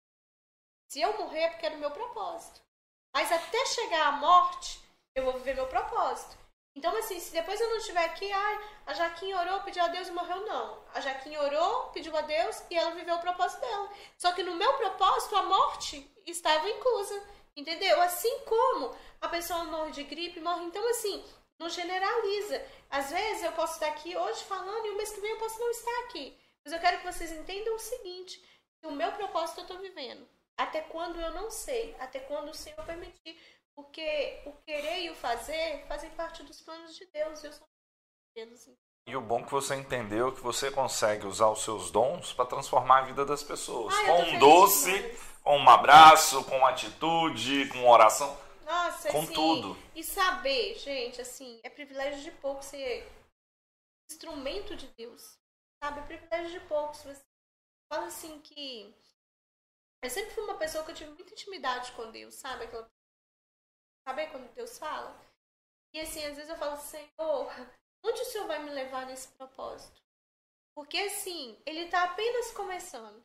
Se eu morrer é porque era o meu propósito. Mas até chegar à morte, eu vou viver meu propósito. Então, assim, se depois eu não estiver aqui, a Jaquinha orou, pediu a Deus e morreu, não. A Jaquinha orou, pediu a Deus e ela viveu o propósito dela. Só que no meu propósito, a morte estava inclusa. Entendeu? Assim como a pessoa morre de gripe, morre. Então, assim, não generaliza. Às vezes eu posso estar aqui hoje falando e o mês que vem eu posso não estar aqui. Mas eu quero que vocês entendam o seguinte, que o meu propósito eu estou vivendo. Até quando eu não sei. Até quando o Senhor permitir. Porque o querer e o fazer fazem parte dos planos de Deus. Eu sou Deus. E o bom é que você entendeu que você consegue usar os seus dons para transformar a vida das pessoas. Com um doce, com um abraço, com uma atitude, com uma oração. Nossa, com assim, tudo. E saber, gente, assim, é privilégio de poucos ser instrumento de Deus. Sabe? É privilégio de poucos. Você fala assim que... Eu sempre fui uma pessoa que eu tive muita intimidade com Deus, sabe? Sabe quando Deus fala? E assim, às vezes eu falo, Senhor, onde o Senhor vai me levar nesse propósito? Porque assim, ele tá apenas começando.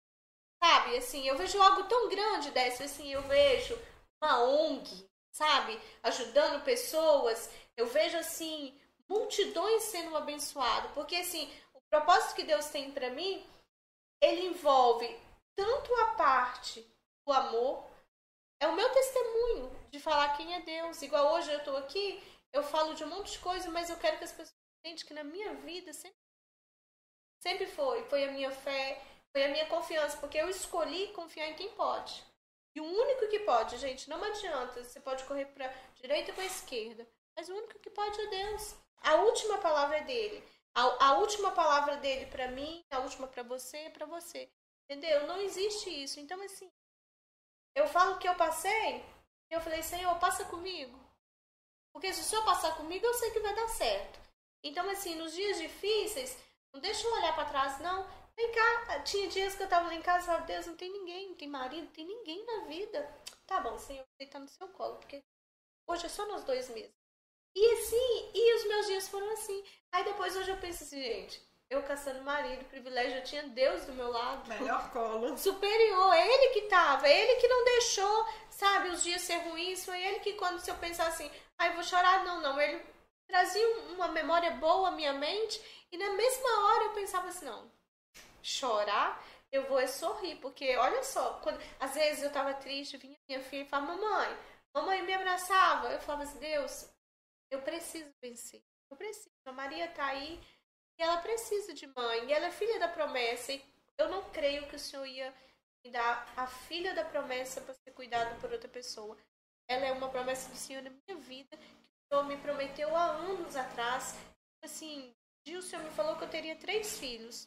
Sabe, assim, eu vejo algo tão grande, Décio, assim, eu vejo uma ONG, sabe, ajudando pessoas, eu vejo, assim, multidões sendo abençoadas, porque, assim, o propósito que Deus tem para mim, ele envolve tanto a parte do amor, é o meu testemunho de falar quem é Deus, igual hoje eu tô aqui, eu falo de um monte de coisa, mas eu quero que as pessoas entendam que na minha vida sempre foi a minha fé, foi a minha confiança, porque eu escolhi confiar em quem pode. E o único que pode, gente, não adianta, você pode correr para a direita ou para a esquerda, mas o único que pode é Deus. A última palavra é dele. A última palavra dele para mim, a última para você é para você. Entendeu? Não existe isso. Então, assim, eu falo que eu passei, eu falei, Senhor, passa comigo. Porque se o Senhor passar comigo, eu sei que vai dar certo. Então, assim, nos dias difíceis, não deixa eu olhar para trás, não. Vem cá, tinha dias que eu tava lá em casa e falava, Deus, não tem ninguém, não tem marido, não tem ninguém na vida. Tá bom, Senhor, vou deitar no seu colo, porque hoje é só nós dois mesmo. E assim, e os meus dias foram assim. Aí depois hoje eu penso assim, gente, eu caçando marido, privilégio, eu tinha Deus do meu lado. Melhor colo. Superior, é ele que tava, é ele que não deixou, sabe, os dias ser ruins, foi ele que quando se eu pensar assim, eu vou chorar, não, ele trazia uma memória boa à minha mente, e na mesma hora eu pensava assim, não, chorar, eu vou sorrir, porque olha só, às vezes eu tava triste, vinha minha filha e falava, mamãe me abraçava, eu falava assim, Deus, eu preciso vencer, eu preciso, a Maria tá aí e ela precisa de mãe, e ela é filha da promessa, e eu não creio que o Senhor ia me dar a filha da promessa para ser cuidada por outra pessoa. Ela é uma promessa do Senhor na minha vida, que o Senhor me prometeu há anos atrás. Assim, um dia o Senhor me falou que eu teria 3 filhos.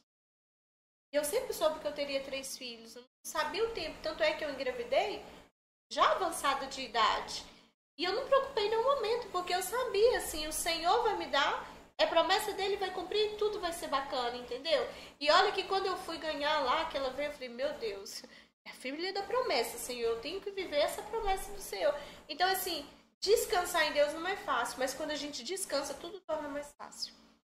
E eu sempre soube que eu teria 3 filhos. Eu não sabia o tempo, tanto é que eu engravidei já avançada de idade. E eu não me preocupei em nenhum momento, porque eu sabia, assim, o Senhor vai me dar, é promessa dele, vai cumprir e tudo vai ser bacana, entendeu? E olha que quando eu fui ganhar lá, que ela veio, eu falei, meu Deus, é a filha da promessa, Senhor, eu tenho que viver essa promessa do Senhor. Então, assim, descansar em Deus não é fácil, mas quando a gente descansa, tudo torna mais fácil.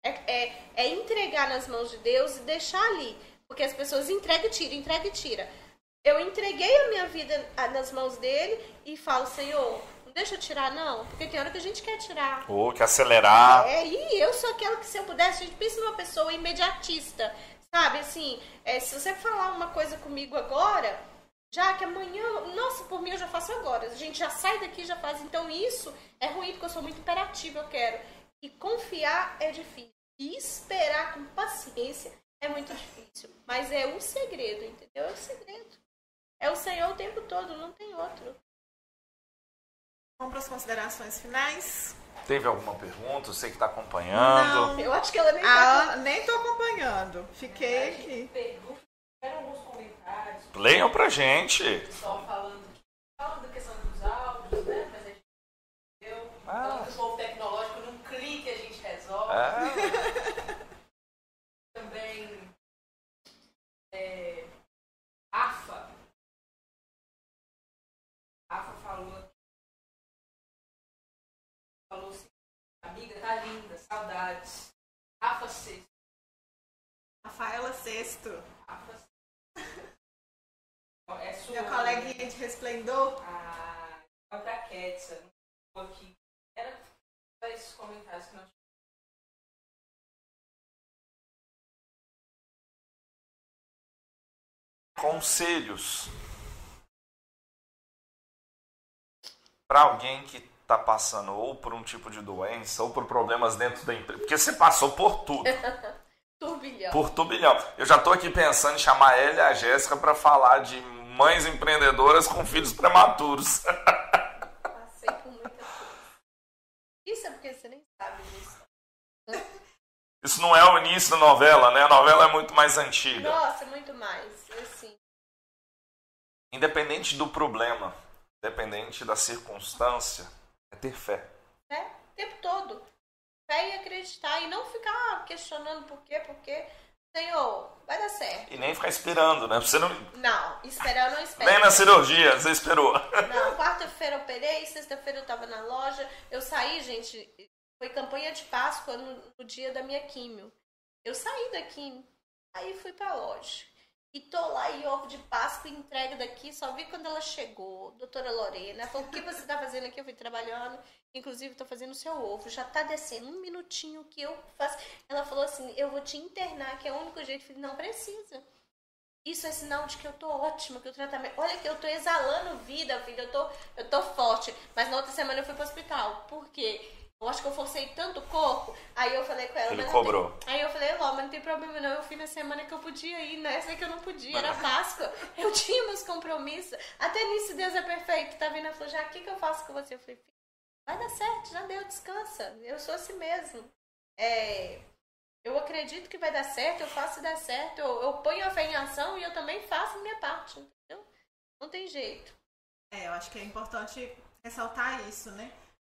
É entregar nas mãos de Deus e deixar ali. Porque as pessoas entregam e tira. Eu entreguei a minha vida nas mãos dele e falo, Senhor, não deixa eu tirar não, porque tem hora que a gente quer tirar. Ou quer acelerar. E eu sou aquela que se eu pudesse, a gente pensa numa pessoa imediatista, sabe? Assim, se você falar uma coisa comigo agora, já que amanhã, nossa, por mim eu já faço agora. A gente já sai daqui e já faz. Então isso é ruim, porque eu sou muito imperativa, eu quero. E confiar é difícil. E esperar com paciência é muito difícil. Mas é o segredo, entendeu? É o segredo. É o Senhor o tempo todo, não tem outro. Vamos para as considerações finais? Teve alguma pergunta? Você que está acompanhando? Não. Eu acho que ela nem tá... Nem estou acompanhando. Fiquei aqui. Tiveram alguns comentários. Leiam pra gente. Pessoal falando da questão dos áudios, né? Mas a gente entendeu. Falando do povo tecnológico, num clique a gente resolve. Também Rafa falou assim, amiga, tá linda, saudades. Rafa Sexto. Rafaela Sexto. Rafa Sexto. É sua. Meu coleguinha de resplendor. A própria Ketsa, aqui. Era esses comentários que nós Conselhos para alguém que está passando ou por um tipo de doença ou por problemas dentro da empresa, porque você passou por tudo. Turbilhão. Por turbilhão. Eu já estou aqui pensando em chamar ela e a Jéssica para falar de mães empreendedoras com filhos prematuros. Passei por muita coisa. Isso é porque você nem sabe disso. Isso não é o início da novela, né? A novela é muito mais antiga. Nossa, muito mais. Assim. Independente do problema, independente da circunstância, é ter fé. O tempo todo. Fé e acreditar. E não ficar questionando por quê. Senhor, vai dar certo. E nem ficar esperando, né? Você não... Não, esperar eu não espero. Nem na cirurgia, você esperou. Não, quarta-feira eu operei, sexta-feira eu tava na loja. Eu saí, gente, foi campanha de Páscoa no dia da minha químio. Eu saí da químio, aí fui pra loja. E tô lá e ovo de Páscoa entrega daqui, só vi quando ela chegou, doutora Lorena. Ela falou, o que você tá fazendo aqui? Eu fui trabalhando, inclusive tô fazendo o seu ovo, já tá descendo, um minutinho que eu faço. Ela falou assim, eu vou te internar, que é o único jeito. Eu falei, não precisa. Isso é sinal de que eu tô ótima, que o tratamento... Olha que eu tô exalando vida, filha, eu tô forte. Mas na outra semana eu fui pro hospital. Por quê? Eu acho que eu forcei tanto o corpo. Aí eu falei com ela... Ele cobrou. Aí eu falei, Ló, mas não tem problema não. Eu fui na semana que eu podia ir. Nessa que eu não podia, era Páscoa. Eu tinha meus compromissos. Até nisso Deus é perfeito. Tá vendo? Ela falou, já, o que eu faço com você? Eu falei, vai dar certo, já deu, descansa. Eu sou assim mesmo. Eu acredito que vai dar certo, eu faço dar certo. Eu ponho a fé em ação e eu também faço a minha parte, entendeu? Não tem jeito. Eu acho que é importante ressaltar isso, né?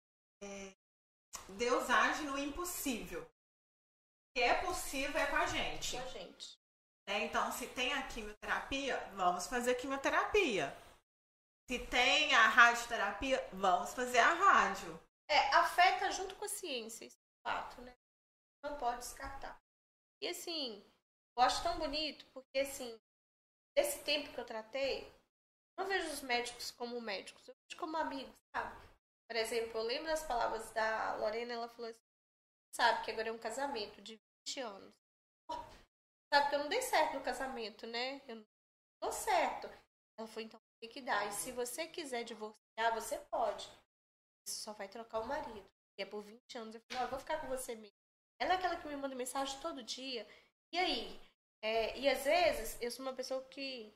Deus age no impossível. O que é possível é com a gente. Com a gente. Então, se tem a quimioterapia, vamos fazer a quimioterapia. Se tem a radioterapia, vamos fazer a rádio. A fé tá junto com a ciência, isso é fato, né? Não pode descartar. E assim, eu acho tão bonito, porque assim, nesse tempo que eu tratei, eu não vejo os médicos como médicos, eu vejo como amigos, sabe? Por exemplo, eu lembro das palavras da Lorena, ela falou assim, sabe que agora é um casamento de 20 anos. Sabe que eu não dei certo no casamento, né? Eu não dou certo. Ela falou, então tem que dar. E se você quiser divorciar, você pode. Você só vai trocar o marido. E é por 20 anos. Eu falei, eu vou ficar com você mesmo. Ela é aquela que me manda mensagem todo dia. E aí? E às vezes, eu sou uma pessoa que...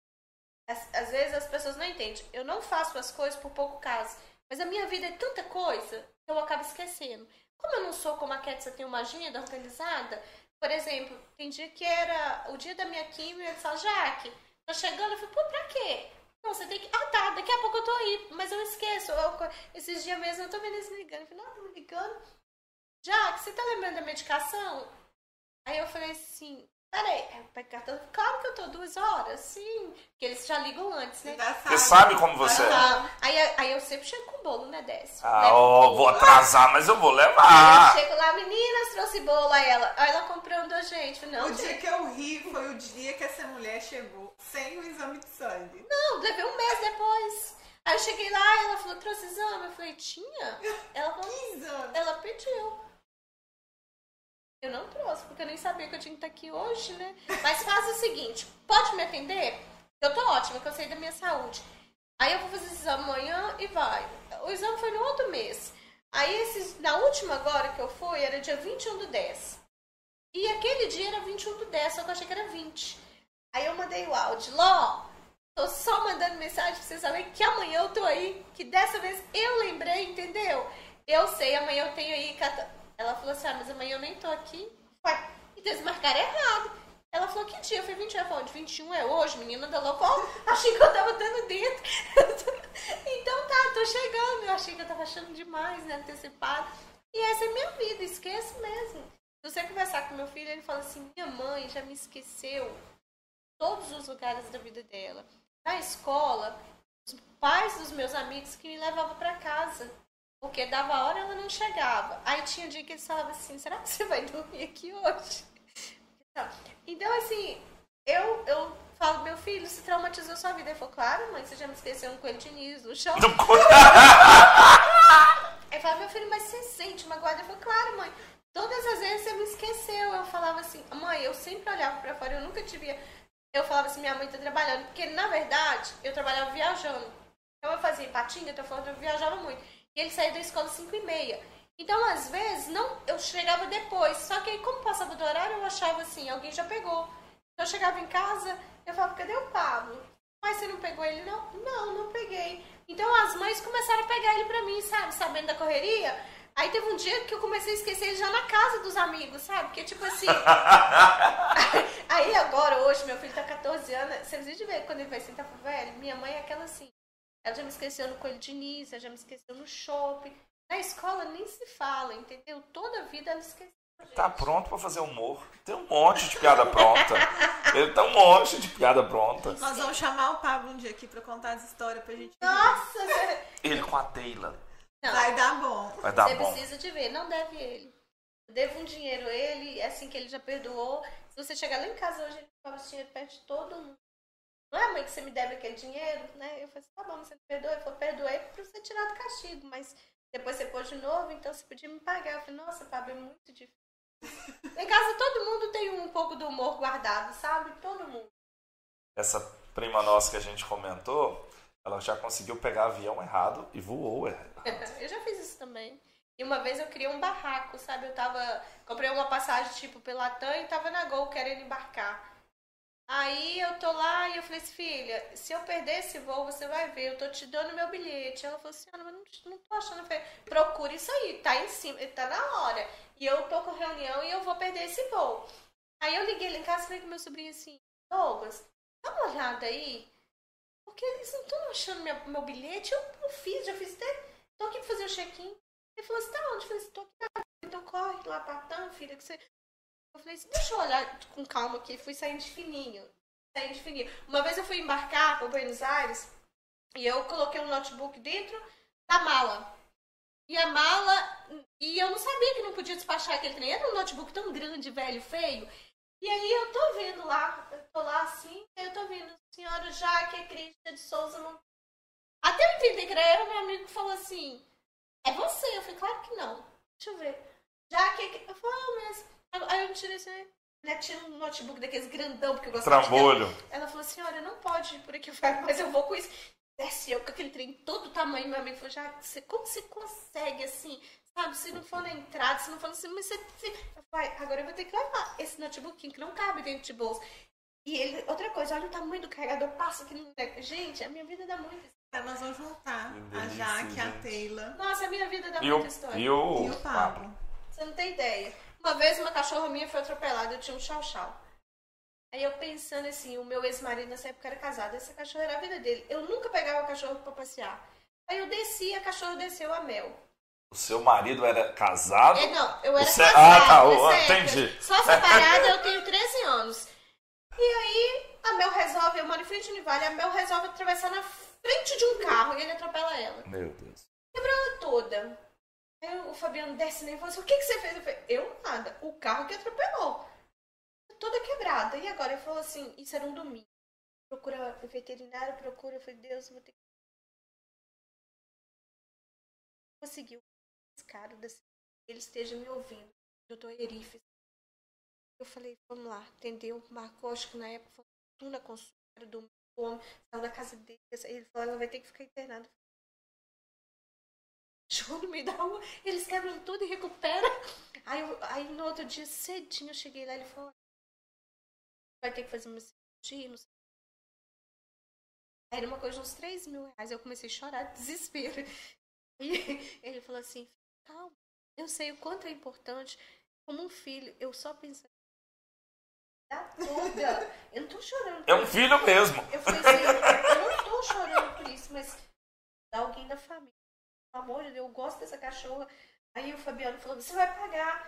Às vezes as pessoas não entendem. Eu não faço as coisas por pouco caso. Mas a minha vida é tanta coisa que eu acabo esquecendo. Como eu não sou como a Ketsa, tem uma agenda organizada. Por exemplo, tem dia que era o dia da minha químio. Ele fala, Jaque, tá chegando? Eu falei, pô, pra quê? Não, você tem que... Ah, tá, daqui a pouco eu tô aí. Mas eu esqueço. Esses dias mesmo eu tô vendo eles me ligando. Eu falei, não, tô me ligando. Jaque, você tá lembrando da medicação? Aí eu falei assim, peraí, claro que eu tô 2 horas, sim. Porque eles já ligam antes, né? Você sabe como você é. Aí eu sempre chego com bolo, né, Décio? Vou atrasar, mas eu vou levar. Aí eu chego lá, meninas, trouxe bolo. Aí ela comprando a gente. Não, o dia que eu ri foi o dia que essa mulher chegou sem o exame de sangue. Não, levei 1 mês depois. Aí eu cheguei lá, ela falou, trouxe exame? Eu falei, tinha? Ela falou, que exame? Ela pediu. Eu não trouxe, porque eu nem sabia que eu tinha que estar aqui hoje, né? Mas faz o seguinte, pode me atender? Eu tô ótima, que eu sei da minha saúde. Aí eu vou fazer esse exame amanhã e vai. O exame foi no outro mês. Aí na última agora que eu fui, era dia 21/10. E aquele dia era 21/10, só que eu achei que era 20. Aí eu mandei o áudio, Ló, tô só mandando mensagem pra vocês saberem que amanhã eu tô aí. Que dessa vez eu lembrei, entendeu? Eu sei, amanhã eu tenho aí... Ela falou assim, mas amanhã eu nem tô aqui. Ué, então eles marcaram errado. Ela falou, que dia? Eu falei, 21. Ela falou, de 21 é hoje, menina da louca. Achei que eu tava dando dentro. Então tá, tô chegando. Eu achei que eu tava achando demais, né, antecipado. E essa é minha vida, esqueço mesmo. Se você conversar com meu filho, ele fala assim, minha mãe já me esqueceu todos os lugares da vida dela. Na escola, os pais dos meus amigos que me levavam pra casa. Porque dava hora ela não chegava. Aí tinha um dia que eles falavam assim, será que você vai dormir aqui hoje? Então, assim, eu falo, meu filho, se traumatizou sua vida. Ele falou, claro, mãe, você já me esqueceu um coelho de Nis no chão. Aí eu falava, meu filho, mas você sente magoada? Ele falou, claro, mãe, todas as vezes você me esqueceu. Eu falava assim, mãe, eu sempre olhava pra fora, eu nunca te via. Eu falava assim, minha mãe tá trabalhando. Porque, na verdade, eu trabalhava viajando. Então eu fazia patinga, então eu viajava muito. E ele saía da escola às 5h30. Então, às vezes, eu chegava depois. Só que aí, como passava do horário, eu achava assim, alguém já pegou. Então, eu chegava em casa, eu falava, cadê o Pablo? Mas você não pegou ele? Não peguei. Então, as mães começaram a pegar ele pra mim, sabe? Sabendo da correria. Aí, teve um dia que eu comecei a esquecer ele já na casa dos amigos, sabe? Porque, tipo assim... Aí, agora, hoje, meu filho tá 14 anos. Vocês viram de ver quando ele vai sentar pro velho? Minha mãe é aquela assim... Ela já me esqueceu no coelho de Nis, ela já me esqueceu no shopping. Na escola nem se fala, entendeu? Toda a vida ela esqueceu. Tá pronto pra fazer humor. Tem um monte de piada pronta. Ele tá um monte de piada pronta. Nós vamos chamar o Pablo um dia aqui pra contar as histórias pra gente ver. Nossa! Ele com a Taylor. Não, Vai dar bom. Vai dar você bom. precisa de ver, não deve ele. Eu devo um dinheiro a ele, assim que ele já perdoou. Se você chegar lá em casa hoje, ele cobra esse dinheiro perto de todo mundo. Não é, mãe, que você me deve aquele dinheiro, né? Eu falei assim, tá bom, você me perdoa. Ele falou, perdoei pra você tirar do castigo, mas depois você pôs de novo, então você podia me pagar. Eu falei, nossa, Pablo, é muito difícil. Em casa todo mundo tem um pouco do humor guardado, sabe? Todo mundo. Essa prima nossa que a gente comentou, ela já conseguiu pegar avião errado e voou errado. Eu já fiz isso também. E uma vez eu criei um barraco, sabe? Comprei uma passagem tipo pela TAM e tava na Gol querendo embarcar. Aí eu tô lá e eu falei assim, filha, se eu perder esse voo, você vai ver, eu tô te dando meu bilhete. Ela falou assim, mas não tô achando. Eu falei, procura isso aí, tá em cima, tá na hora. E eu tô com reunião e eu vou perder esse voo. Aí eu liguei lá em casa e falei com meu sobrinho assim, Douglas, dá uma olhada aí, porque eles não estão achando meu bilhete, eu fiz, já fiz até, tô aqui pra fazer o check-in. Ele falou assim, tá onde? Eu falei assim, tô aqui na... Então corre lá pra TAM, filha, que você... Eu falei assim, deixa eu olhar com calma aqui. Fui saindo de fininho. Uma vez eu fui embarcar para Buenos Aires e eu coloquei um notebook dentro da mala. E a mala... E eu não sabia que não podia despachar aquele trem. Era um notebook tão grande, velho, feio. E aí eu tô vendo lá, eu tô lá assim, eu tô vendo a senhora Jaque Cristian de Souza. Não... Até eu entender que era ela, meu amigo falou assim, é você? Eu falei, claro que não. Deixa eu ver. Jaque... Eu falei, mas... Aí eu tirei assim, né? Tinha um notebook daqueles grandão, porque eu gostava de Trambolho. Ela falou assim, olha, não pode ir por aqui, eu falei, mas eu vou com isso. Desce eu com aquele trem todo tamanho, meu amigo falou, já, como você consegue assim, sabe? Se não for na entrada, se não for assim, mas você... Eu falei, agora eu vou ter que levar esse notebook que não cabe dentro de bolsa. E ele, outra coisa, olha o tamanho do carregador, passa aqui no... Gente, a minha vida dá muito. Nós vamos juntar a Jaque, a Taylor. Nossa, a minha vida dá muita história. E o Pablo. Você não tem ideia. Uma vez uma cachorra minha foi atropelada, eu tinha um chau-chau. Aí eu pensando assim, o meu ex-marido nessa época era casado, essa cachorra era a vida dele. Eu nunca pegava o cachorro pra passear. Aí eu desci e a cachorra desceu a mel. O seu marido era casado? Não, eu era Você... casada. Entendi. Só separada eu tenho 13 anos. E aí a Mel resolve, eu moro em frente ao Univale, a Mel resolve atravessar na frente de um carro e ele atropela ela. Meu Deus. Quebrou ela toda. Aí o Fabiano desce nem e falou assim, o que você fez? Eu falei, eu nada, o carro que atropelou. Toda quebrada. E agora ele falou assim, isso era um domingo. Procura veterinário, procura. Eu falei, Deus, eu vou ter que... Conseguiu. Esse cara, ele esteja me ouvindo. Doutor Erifes. Eu falei, vamos lá, entendeu? Marcou, acho que na época, foi na consulta do homem, saiu da casa dele. Ele falou, ela vai ter que ficar internada. Chegou no meio da rua, eles quebram tudo e recuperam. Aí no outro dia, cedinho, eu cheguei lá e ele falou, vai ter que fazer uma cirurgia, não sei. Aí era uma coisa de uns 3 mil reais. Eu comecei a chorar de desespero. E ele falou assim, calma, eu sei o quanto é importante. Como um filho, eu só pensei, dá toda. Eu não tô chorando. É um filho mesmo. Eu falei assim, eu não tô chorando por isso, mas dá alguém da família. Pelo amor de Deus, eu gosto dessa cachorra. Aí o Fabiano falou, você vai pagar.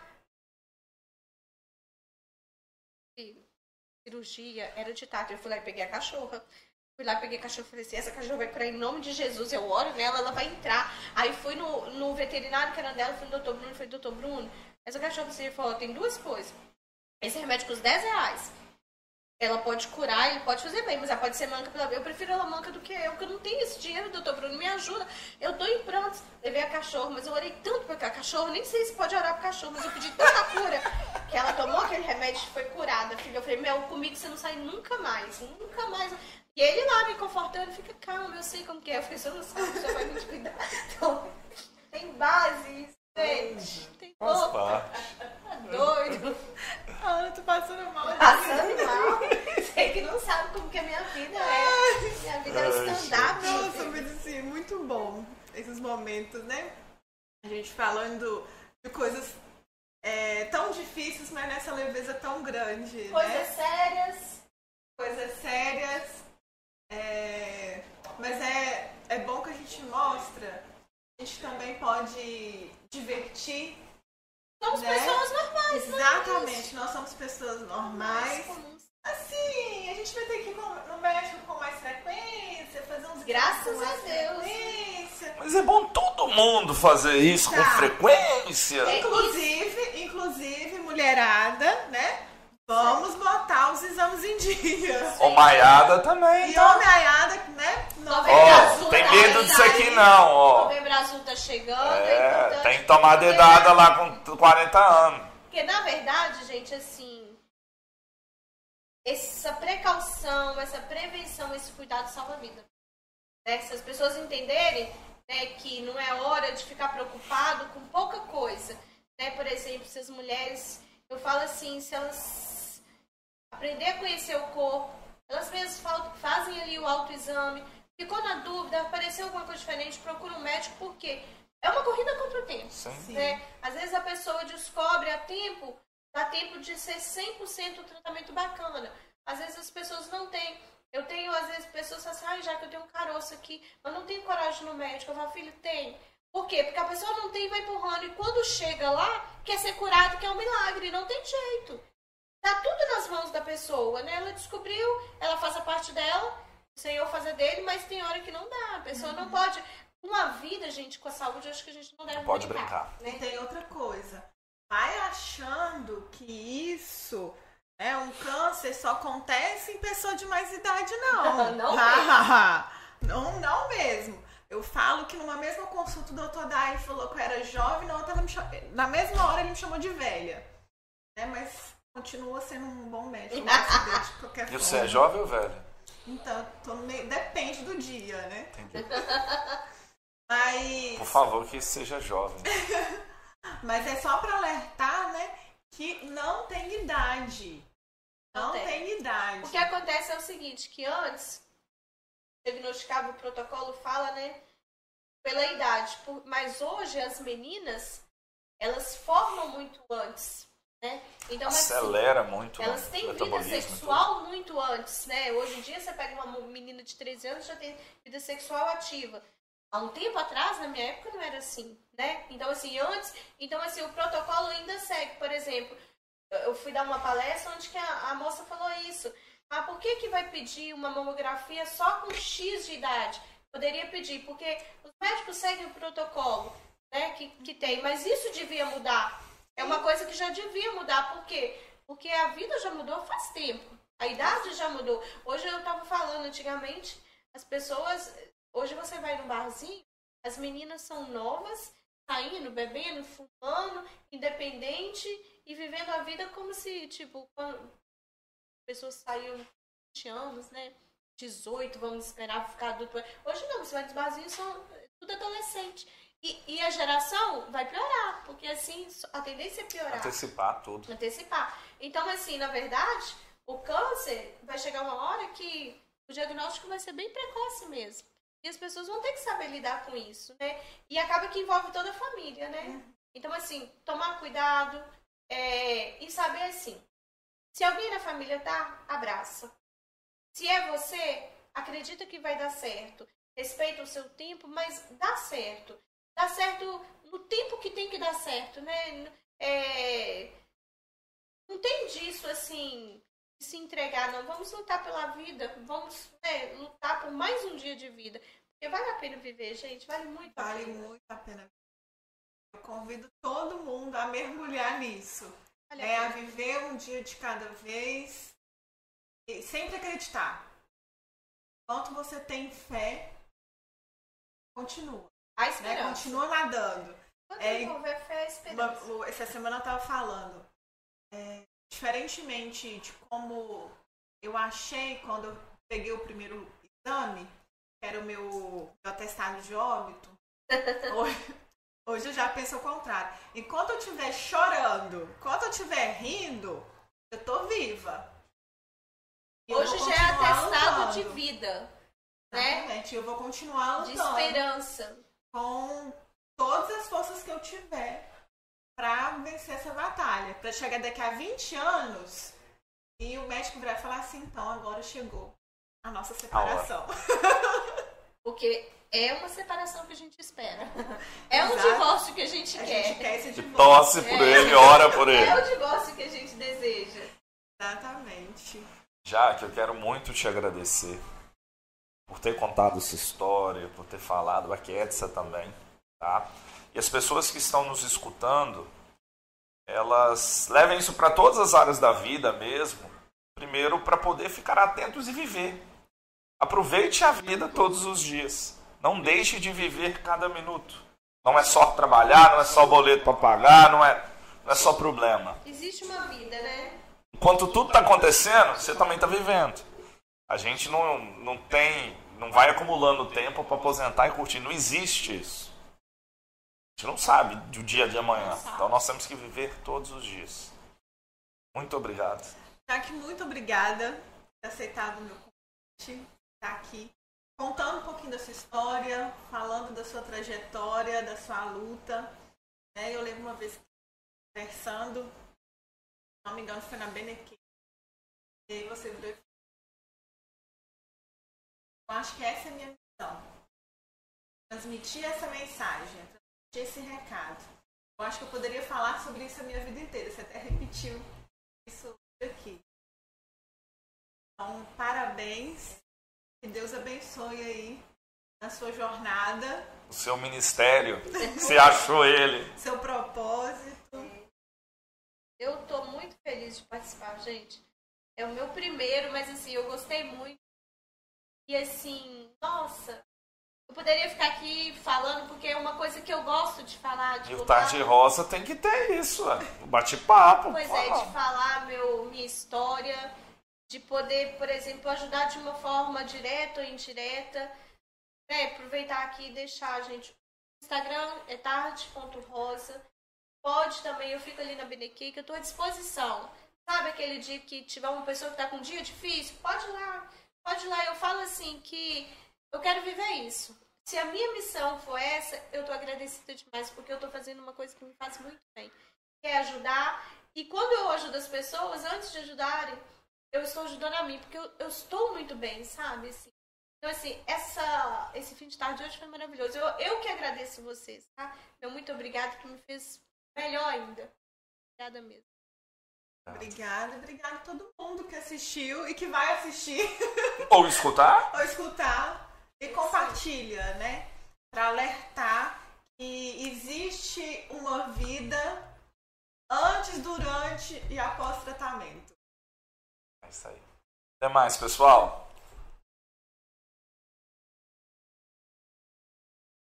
Cirurgia, era de tarde. Eu fui lá e peguei a cachorra. Fui lá, peguei a cachorra e falei assim, essa cachorra vai curar em nome de Jesus. Eu oro nela, ela vai entrar. Aí fui no veterinário que era dela, fui no doutor Bruno, falei, doutor Bruno, essa cachorra você falou, tem 2 coisas. Esse remédio custa 10 reais. Ela pode curar, ele pode fazer bem, mas ela pode ser manca pela... Eu prefiro ela manca do que eu, porque eu não tenho esse dinheiro, doutor Bruno, me ajuda. Eu tô em prantos. Levei a cachorra, mas eu orei tanto pra cachorro, nem sei se pode orar pro cachorro, mas eu pedi tanta cura que ela tomou aquele remédio e foi curada, filha. Eu falei, comigo você não sai nunca mais, nunca mais. E ele lá me confortando, fica calma, eu sei como que é. Eu falei, você não sabe, você vai me cuidar. Então, tem base, gente. Tem Faz parte. Tá doido. Ah, eu tô passando mal. Passando mal. Você que não sabe como que a minha vida é. Minha vida é stand-up. Nossa, mas assim, muito bom esses momentos, né? A gente falando de coisas tão difíceis, mas nessa leveza tão grande. Coisas sérias. Coisas sérias. Mas é bom que a gente mostra. A gente também pode divertir. Somos né? pessoas normais. Exatamente, nós somos pessoas normais. Assim, a gente vai ter que ir no médico com mais frequência, fazer uns Graças com mais a Deus. frequência. Mas é bom todo mundo fazer isso com frequência. Inclusive, mulherada, né? Vamos botar os exames em dia. Ô, Maiada também. E ô, Maiada, né? Ó, tem medo disso aqui não, ó. Novembro Azul tá chegando, é importante. Tem que tomar dedada lá com 40 anos. Porque, na verdade, gente, assim, essa precaução, essa prevenção, esse cuidado salva a vida. Né? Se as pessoas entenderem, né, que não é hora de ficar preocupado com pouca coisa. Né? Por exemplo, se as mulheres, eu falo assim, se elas aprender a conhecer o corpo, elas mesmas fazem ali o autoexame, ficou na dúvida, apareceu alguma coisa diferente, procura um médico, porque é uma corrida contra o tempo. Sim. Né? Às vezes a pessoa descobre a tempo, dá tempo de ser 100% um tratamento bacana. Às vezes as pessoas não têm. Eu tenho, às vezes, pessoas que falam assim, já que eu tenho um caroço aqui, mas não tenho coragem no médico. Eu falo, filho, tem. Por quê? Porque a pessoa não tem e vai empurrando. E quando chega lá, quer ser curado, quer um milagre. Não tem jeito. Tá tudo nas mãos da pessoa, né? Ela descobriu, ela faz a parte dela, o Senhor fazer dele, mas tem hora que não dá. A pessoa não pode. Uma vida, gente, com a saúde, eu acho que a gente não deve pode brincar. Né? E tem outra coisa. Vai achando que isso, né, um câncer só acontece em pessoa de mais idade, não. Não mesmo. Eu falo que numa mesma consulta o doutor Dai falou que eu era jovem, na mesma hora ele me chamou de velha. Né, mas continua sendo um bom médico, graças a Deus, de qualquer forma. E você é jovem ou velho? Então, depende do dia, né? Entendi. Mas... Por favor, que seja jovem. Mas é só para alertar, né, que não tem idade. Não tem idade. O que acontece é o seguinte, que antes, diagnosticava o protocolo, fala, né, pela idade. Mas hoje as meninas, elas formam muito antes, né? Então, acelera assim, muito. Elas têm vida sexual muito antes, né? Hoje em dia você pega uma menina de 13 anos, já tem vida sexual ativa. Há um tempo atrás, na minha época, não era assim, né? Então, assim, o protocolo ainda segue. Por exemplo, eu fui dar uma palestra onde que a moça falou isso. Ah, por que vai pedir uma mamografia só com X de idade? Poderia pedir, porque os médicos seguem o protocolo, né, que tem. Mas isso devia mudar. É uma coisa que já devia mudar. Por quê? Porque a vida já mudou faz tempo. A idade já mudou. Hoje eu estava falando, antigamente, as pessoas... Hoje você vai no barzinho, as meninas são novas, saindo, bebendo, fumando, independente e vivendo a vida como se, tipo, quando as pessoas saíam 20 anos, né? 18, vamos esperar ficar adulto. Hoje não, você vai nos barzinhos, são tudo adolescente. E a geração vai piorar, porque assim, a tendência é piorar. Antecipar tudo. Antecipar. Então, assim, na verdade, o câncer vai chegar uma hora que o diagnóstico vai ser bem precoce mesmo. E as pessoas vão ter que saber lidar com isso, né? E acaba que envolve toda a família, né? Então, assim, tomar cuidado e saber, assim, se alguém na família tá, abraça. Se é você, acredita que vai dar certo. Respeita o seu tempo, mas dá certo. Dá certo no tempo que tem que dar certo, né? Não tem disso, assim... se entregar, não, vamos lutar pela vida, vamos lutar por mais um dia de vida, porque vale a pena viver, gente, vale muito a pena. Vale muito a pena. Eu convido todo mundo a mergulhar nisso, a viver um dia de cada vez e sempre acreditar. Enquanto você tem fé, continua. A esperança. Continua nadando. Quando houver fé, a esperança. Essa semana eu estava falando, diferentemente de como eu achei quando eu peguei o primeiro exame, que era o meu atestado de óbito, hoje eu já penso o contrário. Enquanto eu estiver chorando, enquanto eu estiver rindo, eu tô viva. E hoje já é atestado de vida, né? Exatamente, eu vou continuar lutando. De esperança. Com todas as forças que eu tiver para vencer essa batalha. Para chegar daqui a 20 anos e o médico vai falar assim, então agora chegou a nossa separação. Porque é uma separação que a gente espera. É um divórcio que a gente quer. A gente quer esse divórcio. Torce por ele, ora por ele. É o divórcio Exatamente. Jaque, eu quero muito te agradecer por ter contado essa história, por ter falado, a Ketsa também, tá? E as pessoas que estão nos escutando, elas levem isso para todas as áreas da vida mesmo, primeiro para poder ficar atentos e viver. Aproveite a vida todos os dias. Não deixe de viver cada minuto. Não é só trabalhar, não é só boleto para pagar, não é só problema. Existe uma vida, né? Enquanto tudo está acontecendo, você também está vivendo. A gente não vai acumulando tempo para aposentar e curtir. Não existe isso. A gente não sabe do dia de amanhã. Então nós temos que viver todos os dias. Muito obrigado. Jaque, muito obrigada por ter aceitado o meu convite. Estar aqui contando um pouquinho da sua história, falando da sua trajetória, da sua luta. Né? Eu lembro uma vez conversando, se não me engano foi na Benequim, e aí você virou. Eu acho que essa é a minha missão. Transmitir essa mensagem, transmitir esse recado. Eu acho que eu poderia falar sobre isso a minha vida inteira. Você até repetiu isso aqui. Então, parabéns. Que Deus abençoe aí na sua jornada. O seu ministério. Você achou ele. Seu propósito. Eu tô muito feliz de participar, gente. É o meu primeiro, mas assim, eu gostei muito. E assim, nossa, eu poderia ficar aqui falando, porque é uma coisa que eu gosto de falar. De E o Tarde Rosa tem que ter isso, o bate-papo. Pois é, de falar minha história, de poder, por exemplo, ajudar de uma forma direta ou indireta. Aproveitar aqui e deixar, gente, o Instagram é tarde.rosa. Pode também, eu fico ali na Benequim, que eu estou à disposição. Sabe aquele dia que tiver uma pessoa que está com um dia difícil? Pode ir lá. Eu falo assim que eu quero viver isso. Se a minha missão for essa, eu estou agradecida demais, porque eu estou fazendo uma coisa que me faz muito bem. Que é ajudar. E quando eu ajudo as pessoas, antes de ajudarem, eu estou ajudando a mim, porque eu estou muito bem, sabe? Assim. Então, assim, esse fim de tarde hoje foi maravilhoso. Eu que agradeço vocês, tá? Meu muito obrigada, que me fez melhor ainda. Obrigada mesmo. Obrigada a todo mundo que assistiu e que vai assistir. Ou escutar. E compartilha, né? Para alertar que existe uma vida antes, durante e após tratamento. É isso aí. Até mais, pessoal.